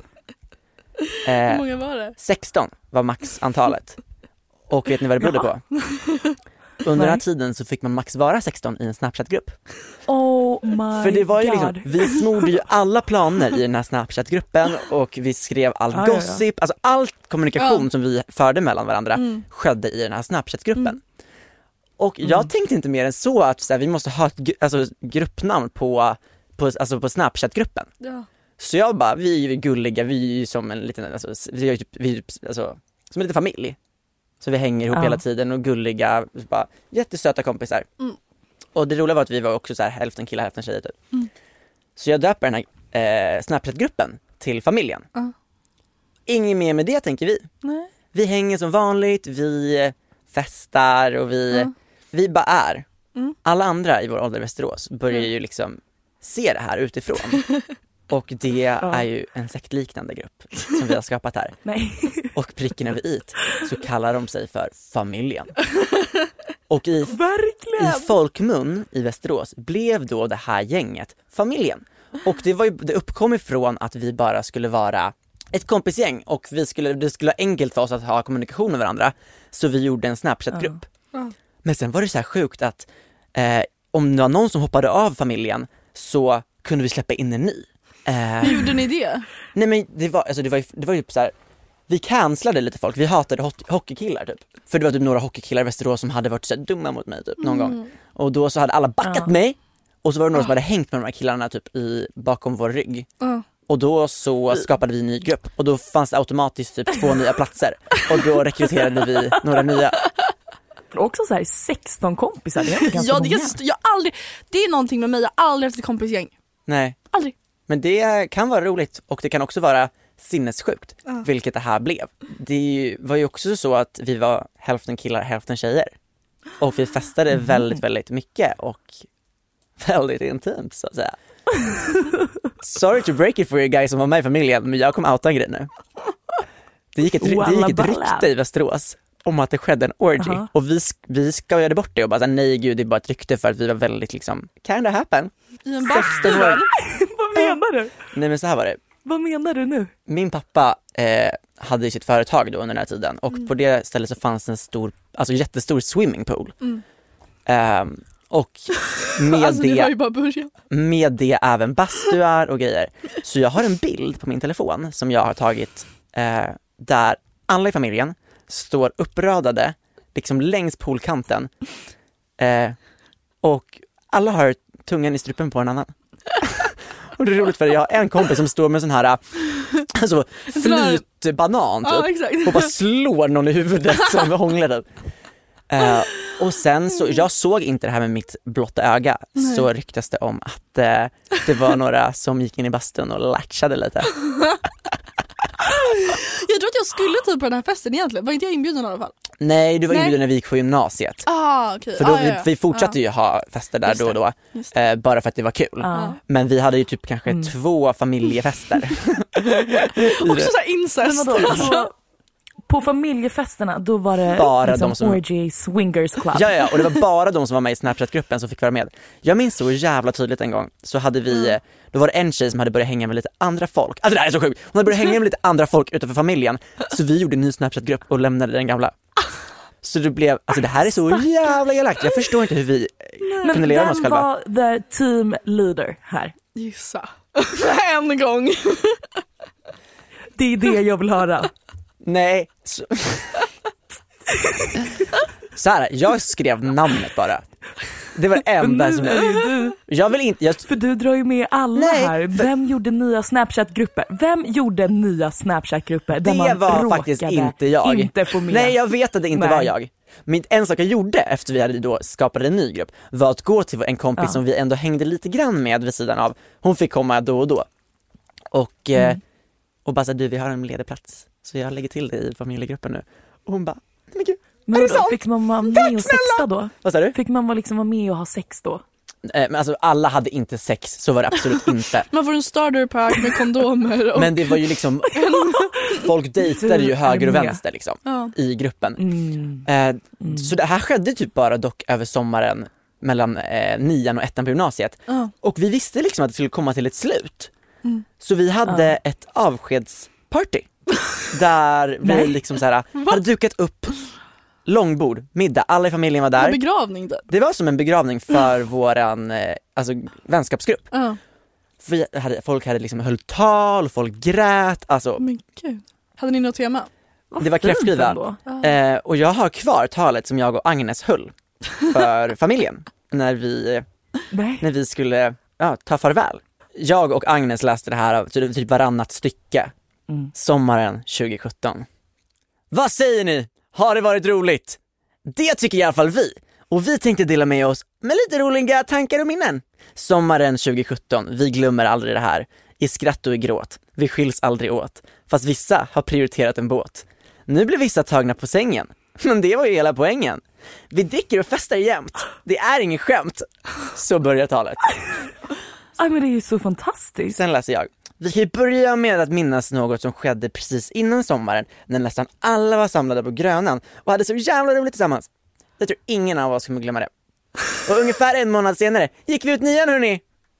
Eh, Hur många var det? sexton var maxantalet. Och vet ni vad det berodde på? Under den här tiden så fick man max vara sexton i en Snapchat-grupp. Oh my För det var ju God. liksom, vi snodde ju alla planer i den här Snapchat-gruppen och vi skrev all ah, gossip, ja, ja. Alltså all kommunikation ja. som vi förde mellan varandra mm. skedde i den här Snapchat-gruppen. Mm. Och jag mm. tänkte inte mer än så att så här, vi måste ha ett alltså, gruppnamn på På, alltså på Snapchat-gruppen. Ja. Så jag bara, vi är ju gulliga, vi är ju som en liten, alltså, vi är ju typ, vi är, alltså, som en liten familj. Så vi hänger ihop ja. hela tiden och gulliga, bara, jättesöta kompisar. Mm. Och det roliga var att vi var också så här hälften killar, hälften tjejer typ. Mm. Så jag döper den här eh, Snapchat-gruppen till familjen. Uh. Inget mer med det tänker vi. Nej. Vi hänger som vanligt, vi festar och vi, uh. vi bara är. Mm. Alla andra i vår ålder i Västerås börjar mm. ju liksom se det här utifrån. Och det ja. är ju en sektliknande grupp som vi har skapat här. Nej. Och pricken över it så kallar de sig för familjen. Och i, Verkligen. i folkmun i Västerås blev då det här gänget familjen. Och det, var ju, det uppkom ifrån att vi bara skulle vara ett kompisgäng. Och vi skulle, det skulle vara enkelt för oss att ha kommunikation med varandra. Så vi gjorde en Snapchat-grupp. Ja. Ja. Men sen var det så här sjukt att eh, om det var någon som hoppade av familjen så kunde vi släppa in en ny. Eh, Hur gjorde ni det? Nej men det var, alltså det var ju, det var ju så här, vi cancelade lite folk, vi hatade hot- hockeykillar typ. För det var typ några hockeykillar i Västerås som hade varit så här dumma mot mig typ någon mm. gång. Och då så hade alla backat ja. mig. Och så var det några uh. som hade hängt med de här killarna typ i, bakom vår rygg. Uh. Och då så skapade vi en ny grupp. Och då fanns det automatiskt typ två nya platser. Och då rekryterade vi några nya. Också så här sexton kompisar, det är ganska ja, det, många. är, jag aldrig, det är någonting med mig, jag har aldrig haft ett kompisgäng. Nej. Aldrig. Men det kan vara roligt och det kan också vara sinnessjukt, uh. vilket det här blev. Det var ju också så att vi var hälften killar, hälften tjejer. Och vi festade mm. väldigt, väldigt mycket och väldigt intimt så att säga. Sorry to break it for you guys som var med i familjen, men jag kom outa en grej nu. Det gick ett, det gick ett rykte i Västerås om att det skedde en orgy. Uh-huh. Och vi, vi skojade bort det och bara nej gud, det är bara ett rykte för att vi var väldigt liksom kinda happen. I en sexton år. Vad menar du? Nej men så här var det. Vad menar du nu? Min pappa eh, hade ju sitt företag då under den här tiden. Och mm. på det stället så fanns en stor, alltså jättestor swimmingpool. Mm. Um, Och med, alltså, det, det, bara början. med det även bastuar och grejer. Så jag har en bild på min telefon som jag har tagit eh, där alla i familjen står uppradade liksom längs poolkanten. Eh, och alla har tungan i strupen på en annan. Och det är roligt för jag har en kompis som står med sån här alltså, flytbanan typ, ja, och bara slår någon i huvudet som hånglar typ. Uh, och sen så, jag såg inte det här med mitt blotta öga. Nej. Så ryktas det om att uh, det var några som gick in i bastun och latchade lite. Jag tror att jag skulle typ på den här festen egentligen. Var inte jag inbjuden i alla fall? Nej, du var Nej. inbjuden när vi gick på gymnasiet. Ah, okay. För då, ah, ja, ja. vi, vi fortsatte ah. ju ha fester där då och då. Eh, bara för att det var kul. Ah. Men vi hade ju typ kanske mm. två familjefester. Också så här incest. Alltså, på familjefesterna då var det bara liksom de som... orgy swingers club. Ja, ja, och det var bara de som var med i Snapchat-gruppen som fick vara med. Jag minns så jävla tydligt en gång. Så hade vi, mm. då var det en tjej som hade börjat hänga med lite andra folk. Alltså det här är så sjukt. Hon hade börjat hänga med lite andra folk utanför familjen. Så vi gjorde en ny Snapchat-grupp och lämnade den gamla. Så det blev, alltså det här är så jävla elakt. Jag förstår inte hur vi Nej. kunde leva med oss själva. Men vem var the team leader här? Gissa. En gång. Det är det jag vill höra. Nej. Så... så här, jag skrev namnet bara. Det var det enda som jag... du. Jag vill inte... Jag... För du drar ju med alla Nej, här. Vem för... gjorde nya Snapchat-grupper? Vem gjorde nya Snapchat-grupper? Det man var faktiskt inte jag. Inte få med. Nej, jag vet att det inte Nej. var jag. Men en sak jag gjorde efter vi hade då skapat en ny grupp var att gå till en kompis ja. som vi ändå hängde lite grann med vid sidan av. Hon fick komma då och då. Och, mm. eh, och bara så du, vi har en ledig plats. Så jag lägger till dig i familjegruppen nu. Och hon bara, men gud, men då, fick man vara med och sexa då? Vad sa du? Fick man liksom vara med och ha sex då? Eh, men alltså alla hade inte sex, så var det absolut inte. Man får en starterpack med kondomer. Och... Men det var ju liksom, folk dejtade ju höger och vänster liksom ja. i gruppen. Mm. Eh, mm. Så det här skedde typ bara dock över sommaren mellan eh, nian och ettan på gymnasiet. Oh. Och vi visste liksom att det skulle komma till ett slut. Mm. Så vi hade oh. ett avskedsparty. Där vi liksom så här hade dukat upp långbord, middag, alla i familjen var där. En begravning då? Det var som en begravning för mm. våran eh, alltså, vänskapsgrupp. Uh. För vi hade, folk hade liksom höll tal, folk grät. Alltså. Men gud. Hade ni något tema? Det var kräftskiva. Uh. Eh, och jag har kvar talet som jag och Agnes höll för familjen. När vi, Nej. när vi skulle ja, ta farväl. Jag och Agnes läste det här av typ varannat stycke. Mm. Sommaren tjugo sjutton. Vad säger ni? Har det varit roligt? Det tycker i alla fall vi. Och vi tänkte dela med oss med lite roliga tankar och minnen. Sommaren tjugo sjutton, vi glömmer aldrig det här. I skratt och i gråt, vi skiljs aldrig åt. Fast vissa har prioriterat en båt. Nu blir vissa tagna på sängen. Men det var ju hela poängen. Vi dricker och festar jämt. Det är ingen skämt. Så börjar talet. Ja, men det är ju så fantastiskt. Sen läser jag. Vi kan börja med att minnas något som skedde precis innan sommaren när nästan alla var samlade på Grönan och hade så jävla roligt tillsammans. Jag tror ingen av oss kommer glömma det. Och ungefär en månad senare gick vi ut nian, hörni.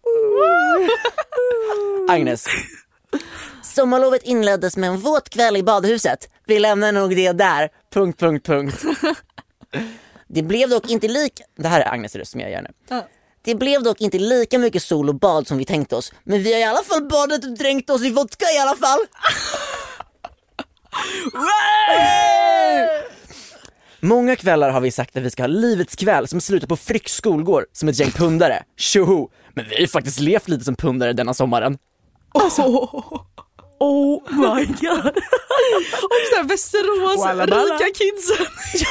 Agnes. Sommarlovet inleddes med en våt kväll i badhuset. Vi lämnar nog det där. Punkt, punkt, punkt. Det blev dock inte lika... Det här är Agnes röst som jag gör nu. Det blev dock inte lika mycket sol och bad som vi tänkte oss. Men vi har i alla fall badat och dränkt oss i vodka i alla fall. Många kvällar har vi sagt att vi ska ha livets kväll som slutar på Fryck skolgård som ett gäng pundare. Tjoho! Men vi har ju faktiskt levt lite som pundare denna sommaren. Alltså. Oh my god. Och så här Västerås, rika kidsen.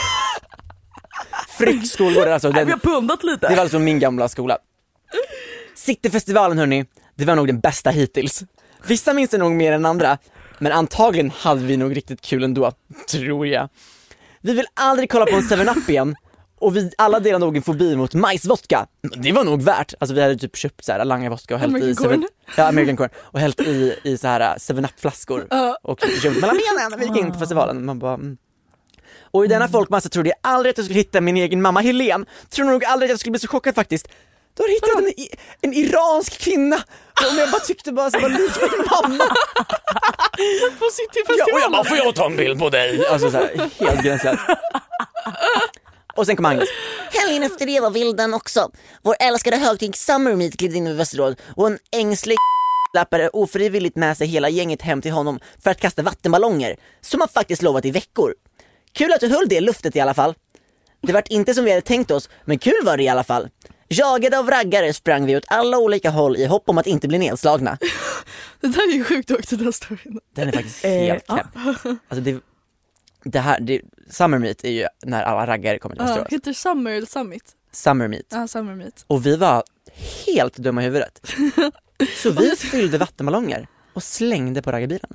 Fryck skolgård, alltså den, vi har pundat lite. Det var alltså min gamla skola. Cityfestivalen, hörni, det var nog den bästa hittills. Vissa minns det nog mer än andra, men antagligen hade vi nog riktigt kul ändå, tror jag. Vi vill aldrig kolla på en seven up igen. Och vi alla delar nog en fobi mot majsvodka. Det var nog värt. Alltså vi hade typ köpt så här langa vodka och hällt American i seven, ja, American corn och hällt i i så här seven up flaskor uh. och gömt mellan benen när vi gick in på festivalen. Man bara mm. Och i denna mm. folkmassa trodde jag aldrig att jag skulle hitta min egen mamma Helen. Tror nog aldrig att jag skulle bli så chockad faktiskt. Då har jag hittat en, en iransk kvinna. Och jag bara tyckte bara så var lik min mamma. På Cityfestivalen. Ja, och jag bara, får jag ta en bild på dig? Alltså så här, helt gränslöst. Och sen kom Agnes. Helgen efter det var vilden också. Vår älskade högtid Summer Meet gled in i Västerås och en ängslig lappade ofrivilligt med sig hela gänget hem till honom för att kasta vattenballonger, som han faktiskt lovat i veckor. Kul att du höll det i luftet i alla fall. Det var inte som vi hade tänkt oss, men kul var det i alla fall. Jagade av raggare sprang vi åt alla olika håll i hopp om att inte bli nedslagna. Det där är ju sjukt också, den storyn. Den är faktiskt helt knäpp. Alltså det, det här, det, Summer Meet är ju när alla raggare kommer till Västerås. Ja, heter Summer eller Summit? Summer Meet. Ja, Summer Meet. Och vi var helt dumma i huvudet. Så vi fyllde vattenballonger och slängde på raggarbilarna.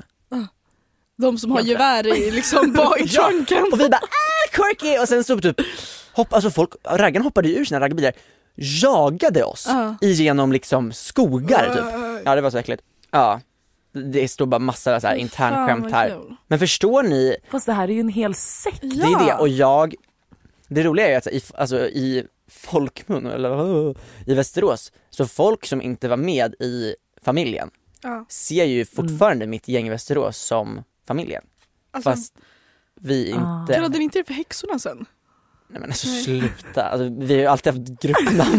De som har gevär i liksom bak i trunken. Och vi bara, ah, quirky! Och sen så typ, hopp, alltså folk, raggarna hoppade ju ur sina raggarbilar, jagade oss uh. igenom liksom skogar typ. Ja, det var så äckligt. Ja, det står bara massa så här intern skämt här. Kul. Men förstår ni? Fast det här är ju en hel sekt. Det är det, och jag, det roliga är ju att i, alltså, i folkmun eller i Västerås, så folk som inte var med i familjen uh. ser ju fortfarande mm. mitt gäng i Västerås som familjen. Alltså, fast vi inte... Kallade ni inte det för häxorna sen? Nej men alltså sluta. Alltså, vi har ju alltid haft gruppnamn.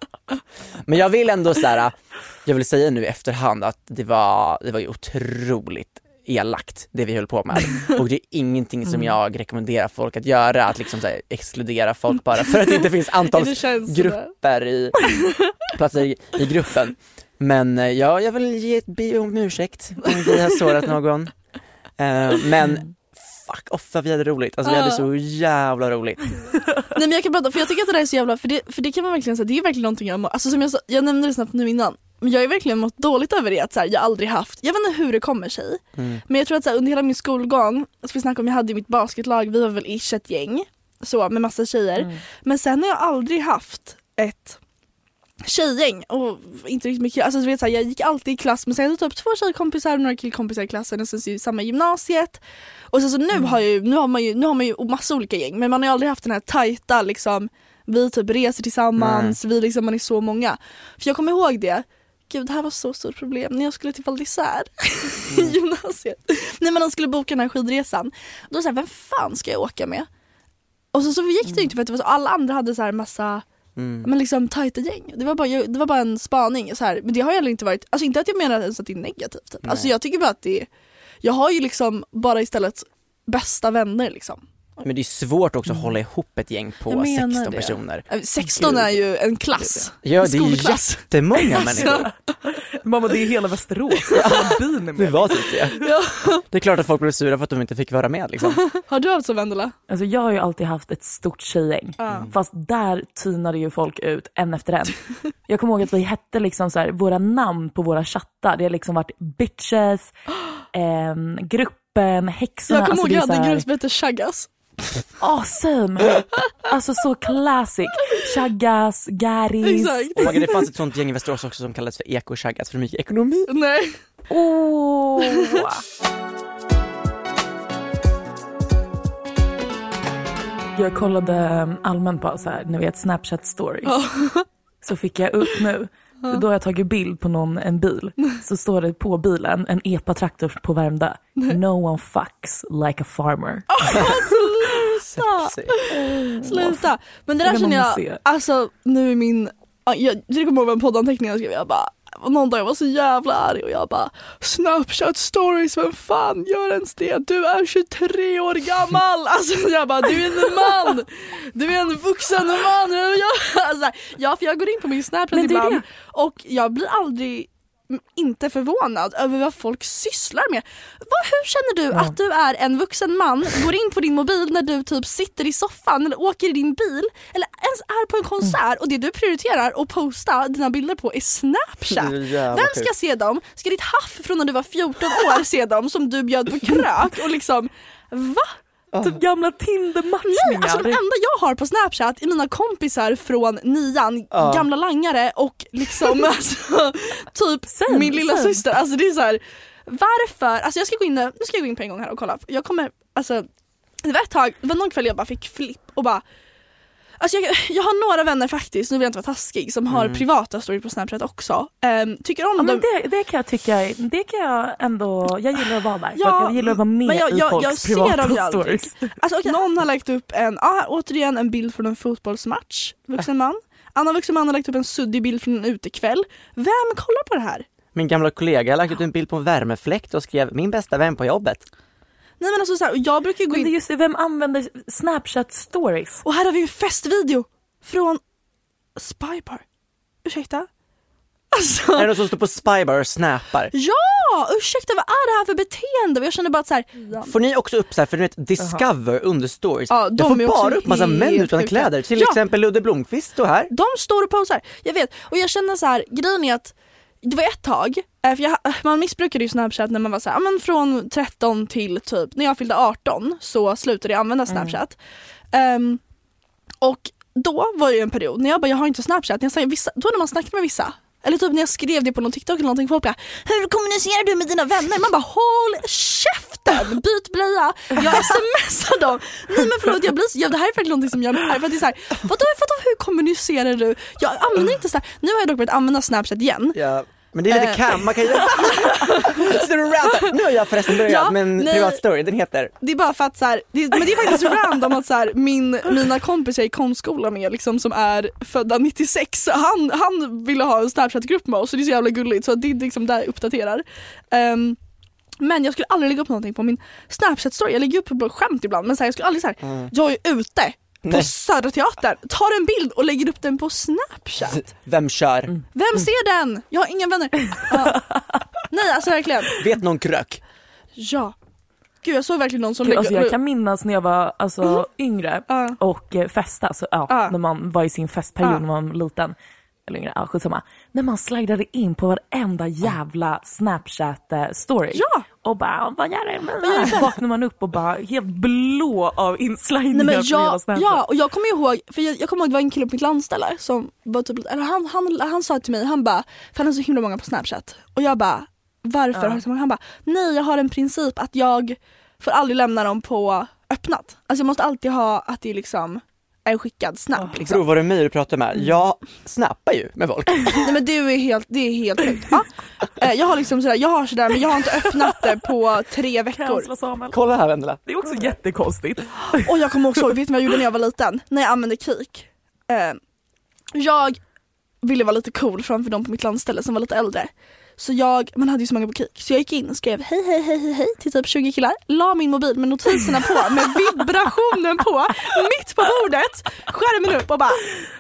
Men jag vill ändå så här, jag vill säga nu i efterhand att det var, det var ju otroligt elakt det vi höll på med. Och det är ingenting som jag rekommenderar folk att göra, att liksom så här, exkludera folk bara för att det inte finns antal grupper i platser i, i gruppen. Men ja, jag vill ge ett be om ursäkt om vi har sårat någon. Uh, men fuck off, vi hade roligt. Alltså vi hade så jävla roligt. Nej men jag kan prata, för jag tycker att det där är så jävla, för det, för det kan man verkligen säga, det är verkligen någonting jag må, alltså som jag sa, jag nämnde det snabbt nu innan, men jag har verkligen mått dåligt över det, att så här, jag aldrig haft, jag vet inte hur det kommer sig, mm. men jag tror att så här, under hela min skolgång, alltså vi snackade om, jag hade i mitt basketlag, vi var väl ish ett gäng så, med massa tjejer, mm. men sen har jag aldrig haft ett tjejgäng och inte riktigt mycket, alltså du vet så här, jag gick alltid i klass, men sen hade jag typ två tjejkompisar och några killkompisar i klassen och sen så i samma gymnasiet. Och sen så nu mm. har ju nu har man ju nu har man ju massa olika gäng, men man har ju aldrig haft den här tajta liksom, vi typ reser tillsammans, mm. vi liksom, man är så många. För jag kommer ihåg det. Gud, det här var så stort problem när jag skulle till Val d'Isère mm. i gymnasiet. När man skulle boka den här skidresan. Då så här, vem fan ska jag åka med? Och så så gick det mm. inte, för att det var så, alla andra hade så här massa Mm. men liksom tajta gäng. Det var bara, det var bara en spaning så här. Men det har ju inte varit, alltså inte att jag menar ens att det är negativt typ. Alltså jag tycker bara att det är, jag har ju liksom bara istället bästa vänner liksom. Men det är svårt också att hålla ihop ett gäng på sexton det. personer. sexton är ju en klass. Ja, det är ju jättemånga människor. Mamma, det är hela Västerås. Alla byn är med. Det var typ det. Ja. Det är klart att folk blev sura för att de inte fick vara med liksom. Har du haft så, Vendela? Alltså jag har ju alltid haft ett stort tjejgäng. Mm. Fast där tynade ju folk ut en efter en. Jag kommer ihåg att vi hette liksom så här, våra namn på våra chattar. Det har liksom varit bitches, eh, gruppen, häxorna. Jag kommer alltså, ihåg att jag hade här... en grupp som heter Chaggas. Awesome. Alltså så classic. Chaggas, Garis. Oh my God, det fanns ett sånt gäng i Västerås också som kallades för Eko-Chaggas för mycket ekonomi. Nej. Oh. Jag kollade allmänt på så här, ni vet, Snapchat stories. Oh. Så fick jag upp nu. För då har jag tagit bild på någon, en bil. Så står det på bilen en epa-traktor på Värmdö. No one fucks like a farmer. Oh, sluta! Sluta. Men det där känner jag, alltså nu är min, jag, jag kommer ihåg en poddanteckning jag skrev, jag bara, någon dag jag var så jävla arg och jag bara, Snapchat stories, vem fan gör ens det? Du är tjugotre år gammal. Alltså jag bara, du är en man. Du är en vuxen man. Jag, alltså, ja, för jag går in på min Snapchat ibland och jag blir aldrig inte förvånad över vad folk sysslar med. Vad, hur känner du ja. att du är en vuxen man, går in på din mobil när du typ sitter i soffan eller åker i din bil eller ens är på en konsert och det du prioriterar och posta dina bilder på är Snapchat? Vem ska kul. se dem? Ska ditt haff från när du var fjorton år se dem som du bjöd på krök och liksom, va? Typ gamla Tinder-matchningar. Nej, alltså de enda jag har på Snapchat är mina kompisar från nian, uh. gamla langare och liksom alltså, typ sen, min lilla sen. syster. Alltså det är så här, varför? Alltså jag ska gå in, nu ska jag gå in på en gång här och kolla. Jag kommer, alltså det var ett tag, det var någon kväll jag bara fick flipp och bara, Alltså jag, jag har några vänner faktiskt, nu vill jag inte vara taskig, som har Mm. privata stories på Snapchat också. Um, tycker om Ja, dem. men det, det kan jag tycka, det kan jag ändå, jag gillar att vara där. Ja, jag gillar att vara med men jag, i jag, folks jag ser privata dem ju aldrig. stories. Alltså, okay, någon har lagt upp en, ah, återigen en bild från en fotbollsmatch, vuxen man. Annan vuxen man har lagt upp en suddig bild från en utekväll. Vem kollar på det här? Min gamla kollega har lagt ut en bild på en värmefläkt och skrev min bästa vän på jobbet. Nej men alltså så här, jag brukar gå Men in... det är just det, vem använder Snapchat stories? Och här har vi en festvideo från Spybar. Ursäkta? Alltså... Är det någon som står på Spybar och snappar? Ja! Ursäkta, vad är det här för beteende? Jag känner bara att så här... Ja. Får ni också upp så här, för du vet, Discover uh-huh. under stories. Ja, de jag får är också bara upp massa män utan sjuka. kläder. Till Ja. exempel Ludde Blomqvist står här. De står och posar, jag vet. Och jag känner så här, grejen är att det var ett tag, för jag, man missbrukade ju Snapchat när man var så här, men från tretton till typ, när jag fyllde arton så slutade jag använda Snapchat. Mm. Um, och då var ju en period när jag bara, jag har inte Snapchat, när jag sa, vissa, då när man snackade med vissa, eller typ när jag skrev det på någon TikTok eller någonting, folk bara, hur kommunicerar du med dina vänner? Man bara, håll käften, byt blöja. Jag smsar dem. Nej men förlåt, jag blir så, ja, det här är faktiskt någonting som jag är, för att det är så här, vadå, vadå, hur kommunicerar du? Jag använder inte så här, nu har jag dock börjat använda Snapchat igen. Ja. Men det är lite cam, man kan ju... Nu har jag förresten börjat Ja, med en nej. privat story, den heter... Det är bara för att så här, det, men det är faktiskt random att så här, min, mina kompisar i konstskola med liksom, som är födda nittiosex, han, han ville ha en Snapchat-grupp med oss, så det är så jävla gulligt, så det är liksom där jag uppdaterar. Um, men jag skulle aldrig lägga upp någonting på min Snapchat-story, jag lägger upp på skämt ibland, men så här, jag skulle aldrig så här, mm. jag är ute på Nej. Södra Teatern, tar en bild och lägger upp den på Snapchat. Vem kör? Mm. Vem ser den? Jag har inga vänner. Uh. Nej, alltså verkligen. Vet någon krök? Ja. Gud, jag såg verkligen någon som... Gud, lägger... alltså, jag kan minnas när jag var alltså, mm. yngre uh. och eh, festa, alltså, ja, uh. när man var i sin festperiod uh. när man var liten. Eller yngre, ja, skitsamma. När man slidade in på varenda jävla Snapchat-story. Ja! Och bara, vad gör det med det? Så vaknar man upp och bara helt blå av inslidningar. Nej, men jag, hela Snapchat. ja, och jag kommer ihåg, för jag, jag kommer ihåg det var en kille på mitt landställe som var typ, eller han, han, han sa till mig, han bara, för han är så himla många på Snapchat. Och jag bara, varför Ja. har du så många? Han bara, nej jag har en princip att jag får aldrig lämna dem på öppnat. Alltså jag måste alltid ha att det liksom är skickad snap Oh, liksom. Bro, var det mig du pratade med? Jag snappar ju med folk. Nej men du är helt, det är helt sjukt. Ja. Jag har liksom sådär, jag har sådär, men jag har inte öppnat det på tre veckor. Kolla här Vendela. Det är också jättekonstigt. Och jag kommer också ihåg, vet du vad jag gjorde när jag var liten? När jag använde Kik. Eh, jag ville vara lite cool framför dem på mitt landställe som var lite äldre. Så jag, man hade ju så många på Kik. Så jag gick in och skrev hej hej hej hej hej till typ tjugo killar. La min mobil med notiserna på, med vibrationen på, mitt på bordet. Skärmen upp och bara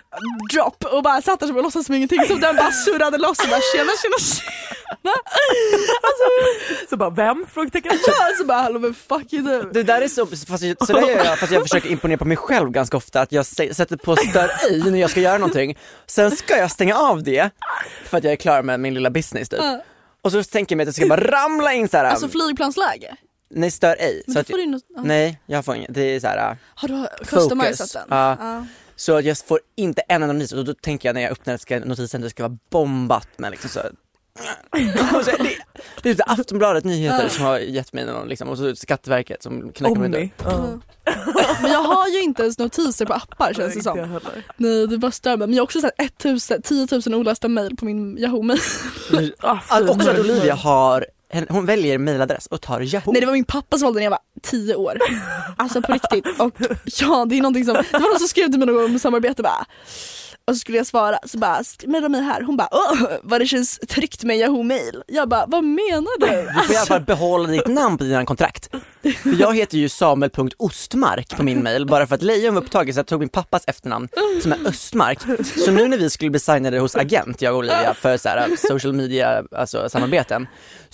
drop. Och bara satt där som och låtsas som ingenting. Så den bara surrade loss och bara tjena tjena tjena. Alltså, så bara vem? Frågetecken. Ja, så bara hallå men fuck you du. Det där är så, fast jag, så där gör jag, fast jag försöker imponera på mig själv ganska ofta. Att jag sätter på stör i när jag ska göra någonting. Sen ska jag stänga av det för att jag är klar med min lilla business typ. Uh. Och så tänker jag mig att jag ska bara ramla in så här. Alltså flygplansläge? Nej, stör ej. Men så att, får du något, uh. nej, jag får inget. Det är så här. Har du customisat den? Ja. Uh. Så jag får inte en enda notis. Och då tänker jag när jag öppnar ska, notisen, det ska vara bombat med liksom så. Och så det, det är Aftonbladet Nyheter uh. som har gett mig någon liksom, och så Skatteverket som knackar mig dörr. Uh. Men jag har ju inte ens notiser på appar känns det som. Nej, det bara stör mig. Men jag har också sett tio tusen olästa mejl på min Yahoo-mail. Alltså, också att Olivia har, hon väljer mejladress och tar Yahoo. Nej, det var min pappa som valde när jag var tio år. Alltså på riktigt. Och ja, det är någonting som, det var någon som skrev till mig någon gång om samarbete bara. Och så skulle jag svara, så bara, mejla mig här. Hon bara, åh, vad det känns tryggt med Yahoo-mail. Jag bara, vad menar du? Du får i alla fall behålla ditt namn på dina kontrakt. För jag heter ju Samuel punkt Ostmark på min mail. Bara för att Lejon var upptaget så jag tog min pappas efternamn som är Östmark. Så nu när vi skulle bli signade hos agent, jag och Olivia, för så här, social media, alltså samarbeten,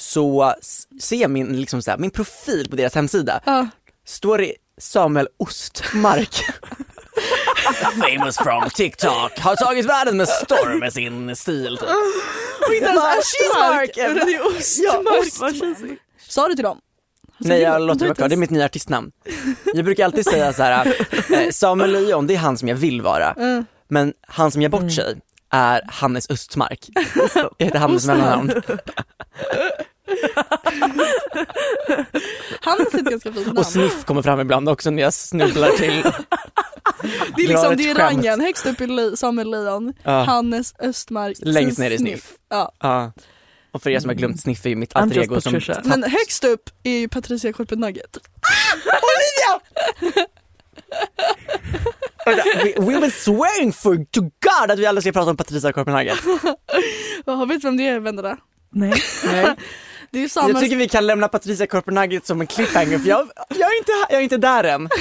så ser min, liksom så här, min profil på deras hemsida. Uh. Står det Samuel Ostmark. Famous from TikTok. Har tagit världen med storm med sin stil typ. Och inte ens Ashmark. Det är Ostmark. Sa du till dem? Nej, jag låter det vara kvar. Det är mitt nya artistnamn. Jag brukar alltid säga så här: eh, Samuel Lejon, det är han som jag vill vara. Mm. Men han som ger bort sig är Hannes Östmark. Jag heter Hannes mellannamn. Hannes är ett ganska fint namn. Och Sniff kommer fram ibland också när jag snubblar till. Det är Drar liksom ett det är skämt. rangen. Högst upp är Le- Samuel Leon, Ja. Hannes Östmark, Längst sen ner i Sniff. Ja. Ja. Och för er som har glömt Sniff är ju mitt I'm alter just ego som... Patricia. Men högst upp är ju Patricia Korpe Nugget. we, we were swearing for to God att vi aldrig ska prata om Patricia Korpe Nugget. Har vet vem det är, vännerna? Nej. Nej. Det är ju samma... Jag tycker vi kan lämna Patricia Korpe Nugget som en cliffhanger, för jag, jag, är, inte, jag är inte där än.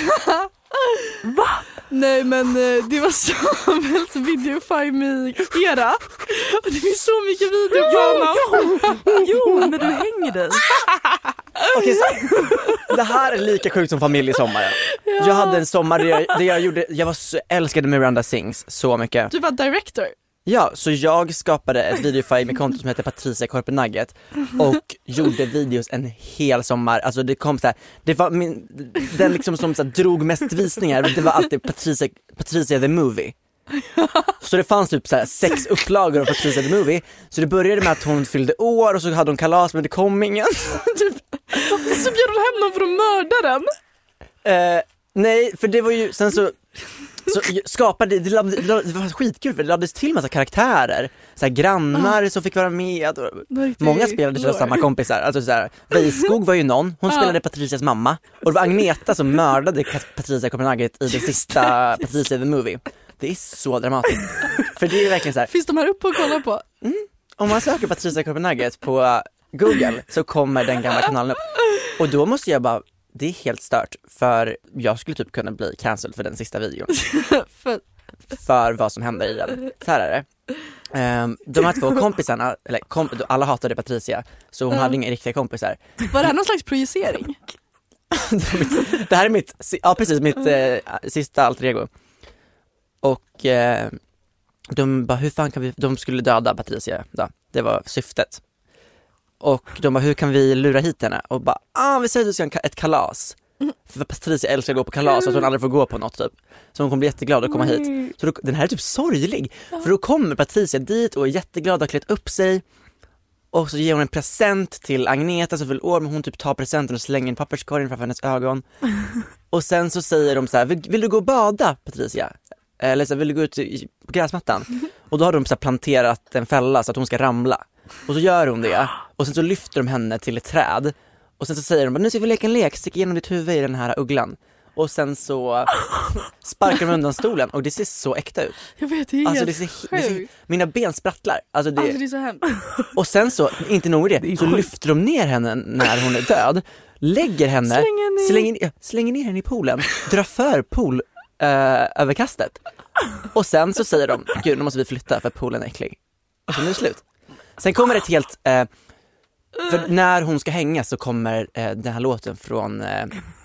Va? Nej men eh, det var Samuels videofime-era. Och det finns så mycket video på honom. Jo, jo, när du hänger dig. Okej, så, det här är lika sjukt som familjesommaren. Ja. Jag hade en sommar där jag, där jag gjorde, jag var så, älskade Miranda Sings så mycket. Du var director. Ja, så jag skapade ett videofime-konto som heter Patricia Korpe Nugget och gjorde videos en hel sommar. Alltså det kom så här, det var min, den liksom som så här, drog mest visningar, det var alltid Patricia, Patricia the Movie. Så det fanns typ så här sex upplagor av Patricia the Movie. Så det började med att hon fyllde år och så hade hon kalas, men det kom ingen. Typ, så bjöd hon hem någon för att mörda den. Uh, nej, för det var ju, sen så Så skapade, det, det, det var skitkul för det lades till massa karaktärer. Så här, grannar ah. som fick vara med. Och många spelade för samma kompisar. Alltså så här, Weiskog var ju någon. Hon ah. spelade Patricias mamma. Och det var Agneta som mördade Patricia Korpe Nugget i den sista Patricia the Movie. Det är så dramatiskt. För det är verkligen så här. Finns de här uppe att kolla på? Mm. Om man söker Patricia Korpe Nugget på Google så kommer den gamla kanalen upp. Och då måste jag bara, det är helt stört, för jag skulle typ kunna bli cancelled för den sista videon. för... för vad som händer i den. Så här är det. Um, de här två kompisarna, eller kom, alla hatade Patricia, så hon uh. hade inga riktiga kompisar. Var det här någon slags projicering? Det här är mitt, ja precis, mitt eh, sista alter ego. Och eh, de bara, hur fan kan vi, de skulle döda Patricia då. Det var syftet. Och de bara, hur kan vi lura hit henne? Och bara, ah, vi säger att du ska ha ett kalas. För Patricia älskar att gå på kalas, så att hon aldrig får gå på något typ. Så hon kommer bli jätteglad att komma hit. Så då, den här är typ sorglig. För då kommer Patricia dit och är jätteglad att ha klätt upp sig. Och så ger hon en present till Agneta som fyller år, men hon typ tar presenten och slänger en papperskorgen framför hennes ögon. Och sen så säger de så här, vill, vill du gå och bada, Patricia? Eller så här, vill du gå ut på gräsmattan? Och då har de så här planterat en fälla så att hon ska ramla. Och så gör hon det. Och sen så lyfter de henne till ett träd. Och sen så säger de, nu ska vi leka en lek, stick igenom ditt huvud i den här ugglan. Och sen så sparkar de undan stolen. Och det ser så äkta ut. Jag vet, det är alltså, helt det ser, det ser, mina ben sprattlar. Alltså det, alltså det är så hemskt. Och sen så, inte nog det, så lyfter de ner henne när hon är död. Lägger henne, slänger ner, slänger, slänger ner henne i poolen. Drar för pool äh, över kastet. Och sen så säger de, gud nu måste vi flytta för poolen är äcklig. Och så är det slut. Sen kommer ett helt... Eh, för när hon ska hänga så kommer eh, den här låten från eh,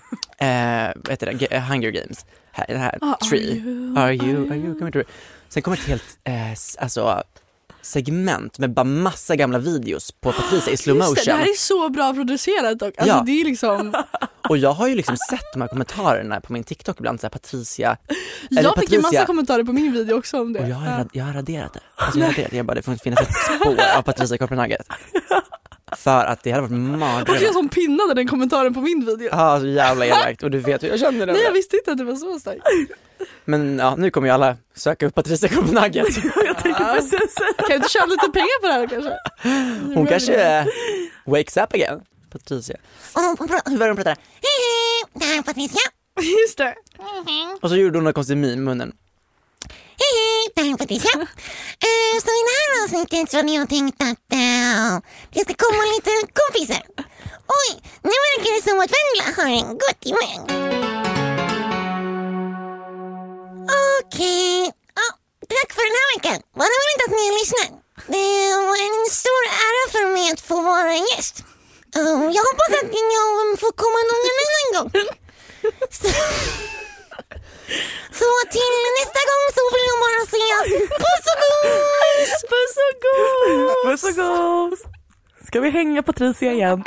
eh, vad heter det? Hunger Games. Här, den här ah, Tree. Are you, are you, are you coming to... Sen kommer ett helt eh, alltså, segment med bara massa gamla videos på Patricia i slow motion. Det, det här är så bra producerat dock. Alltså ja. det är liksom... Och jag har ju liksom sett de här kommentarerna på min TikTok ibland, så här Patricia. Jag fick Patricia, en massa kommentarer på min video också om det. Och jag har, ja. jag har raderat det. Alltså jag har raderat det. Jag bara, det får inte finnas ett spår av Patricia Korpe Nugget. För att det hade varit mardröm. Och jag som pinnade den kommentaren på min video. Ja, så jävla elakt. Och du vet hur jag känner det. Nej, jag visste inte att det var så starkt. Men ja, nu kommer ju alla söka upp Patricia Korpe Nugget. Jag tänker precis. Kan du inte tjäna lite pengar på det här kanske? Hon kanske uh, wakes up again. Patricia. Hur var det hon pratade? Hej hej, det här är Patricia. Just det. Och så gjorde hon något konstigt min i munnen. Hej hej, det här är Patricia. uh, Så i det här avsnittet så hade jag tänkt att uh, det ska komma lite kompisar. Oj, nu verkar det som att Vengla har en gott i mig. Okej, okay. oh, tack för den här veckan. Vad roligt att ni har lyssnat. Det var en stor ära för mig att få vara gäst. uh, Jag hoppas att jag får komma någon annan gång. Så... Så till nästa gång så vill jag bara säga puss och gos! Puss och gos! Puss och gos! Ska vi hänga Patricia igen?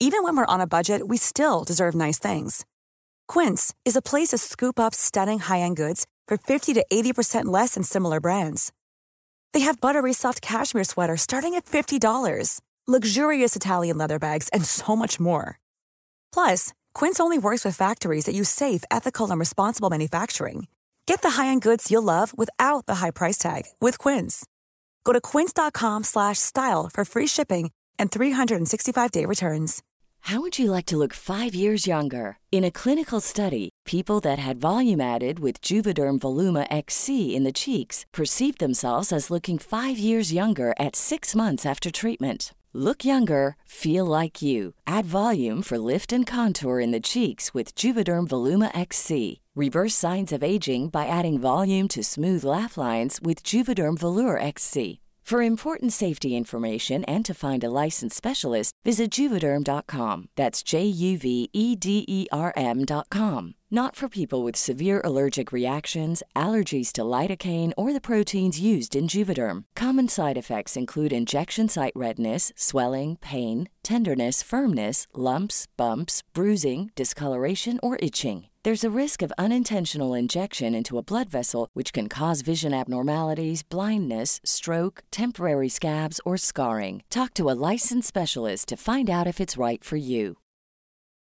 Even when we're on a budget, we still deserve nice things. Quince is a place to scoop up stunning high-end goods for fifty to eighty percent less than similar brands. They have buttery soft cashmere sweaters starting at fifty dollars, luxurious Italian leather bags, and so much more. Plus, Quince only works with factories that use safe, ethical, and responsible manufacturing. Get the high-end goods you'll love without the high price tag with Quince. Go to quince.com slash style for free shipping and three sixty-five day returns. How would you like to look five years younger? In a clinical study, people that had volume added with Juvederm Voluma X C in the cheeks perceived themselves as looking five years younger at six months after treatment. Look younger, feel like you. Add volume for lift and contour in the cheeks with Juvederm Voluma X C. Reverse signs of aging by adding volume to smooth laugh lines with Juvederm Volure X C. For important safety information and to find a licensed specialist, visit Juvederm dot com. That's J U V E D E R M dot com. Not for people with severe allergic reactions, allergies to lidocaine, or the proteins used in Juvederm. Common side effects include injection site redness, swelling, pain, tenderness, firmness, lumps, bumps, bruising, discoloration, or itching. There's a risk of unintentional injection into a blood vessel, which can cause vision abnormalities, blindness, stroke, temporary scabs, or scarring. Talk to a licensed specialist to find out if it's right for you.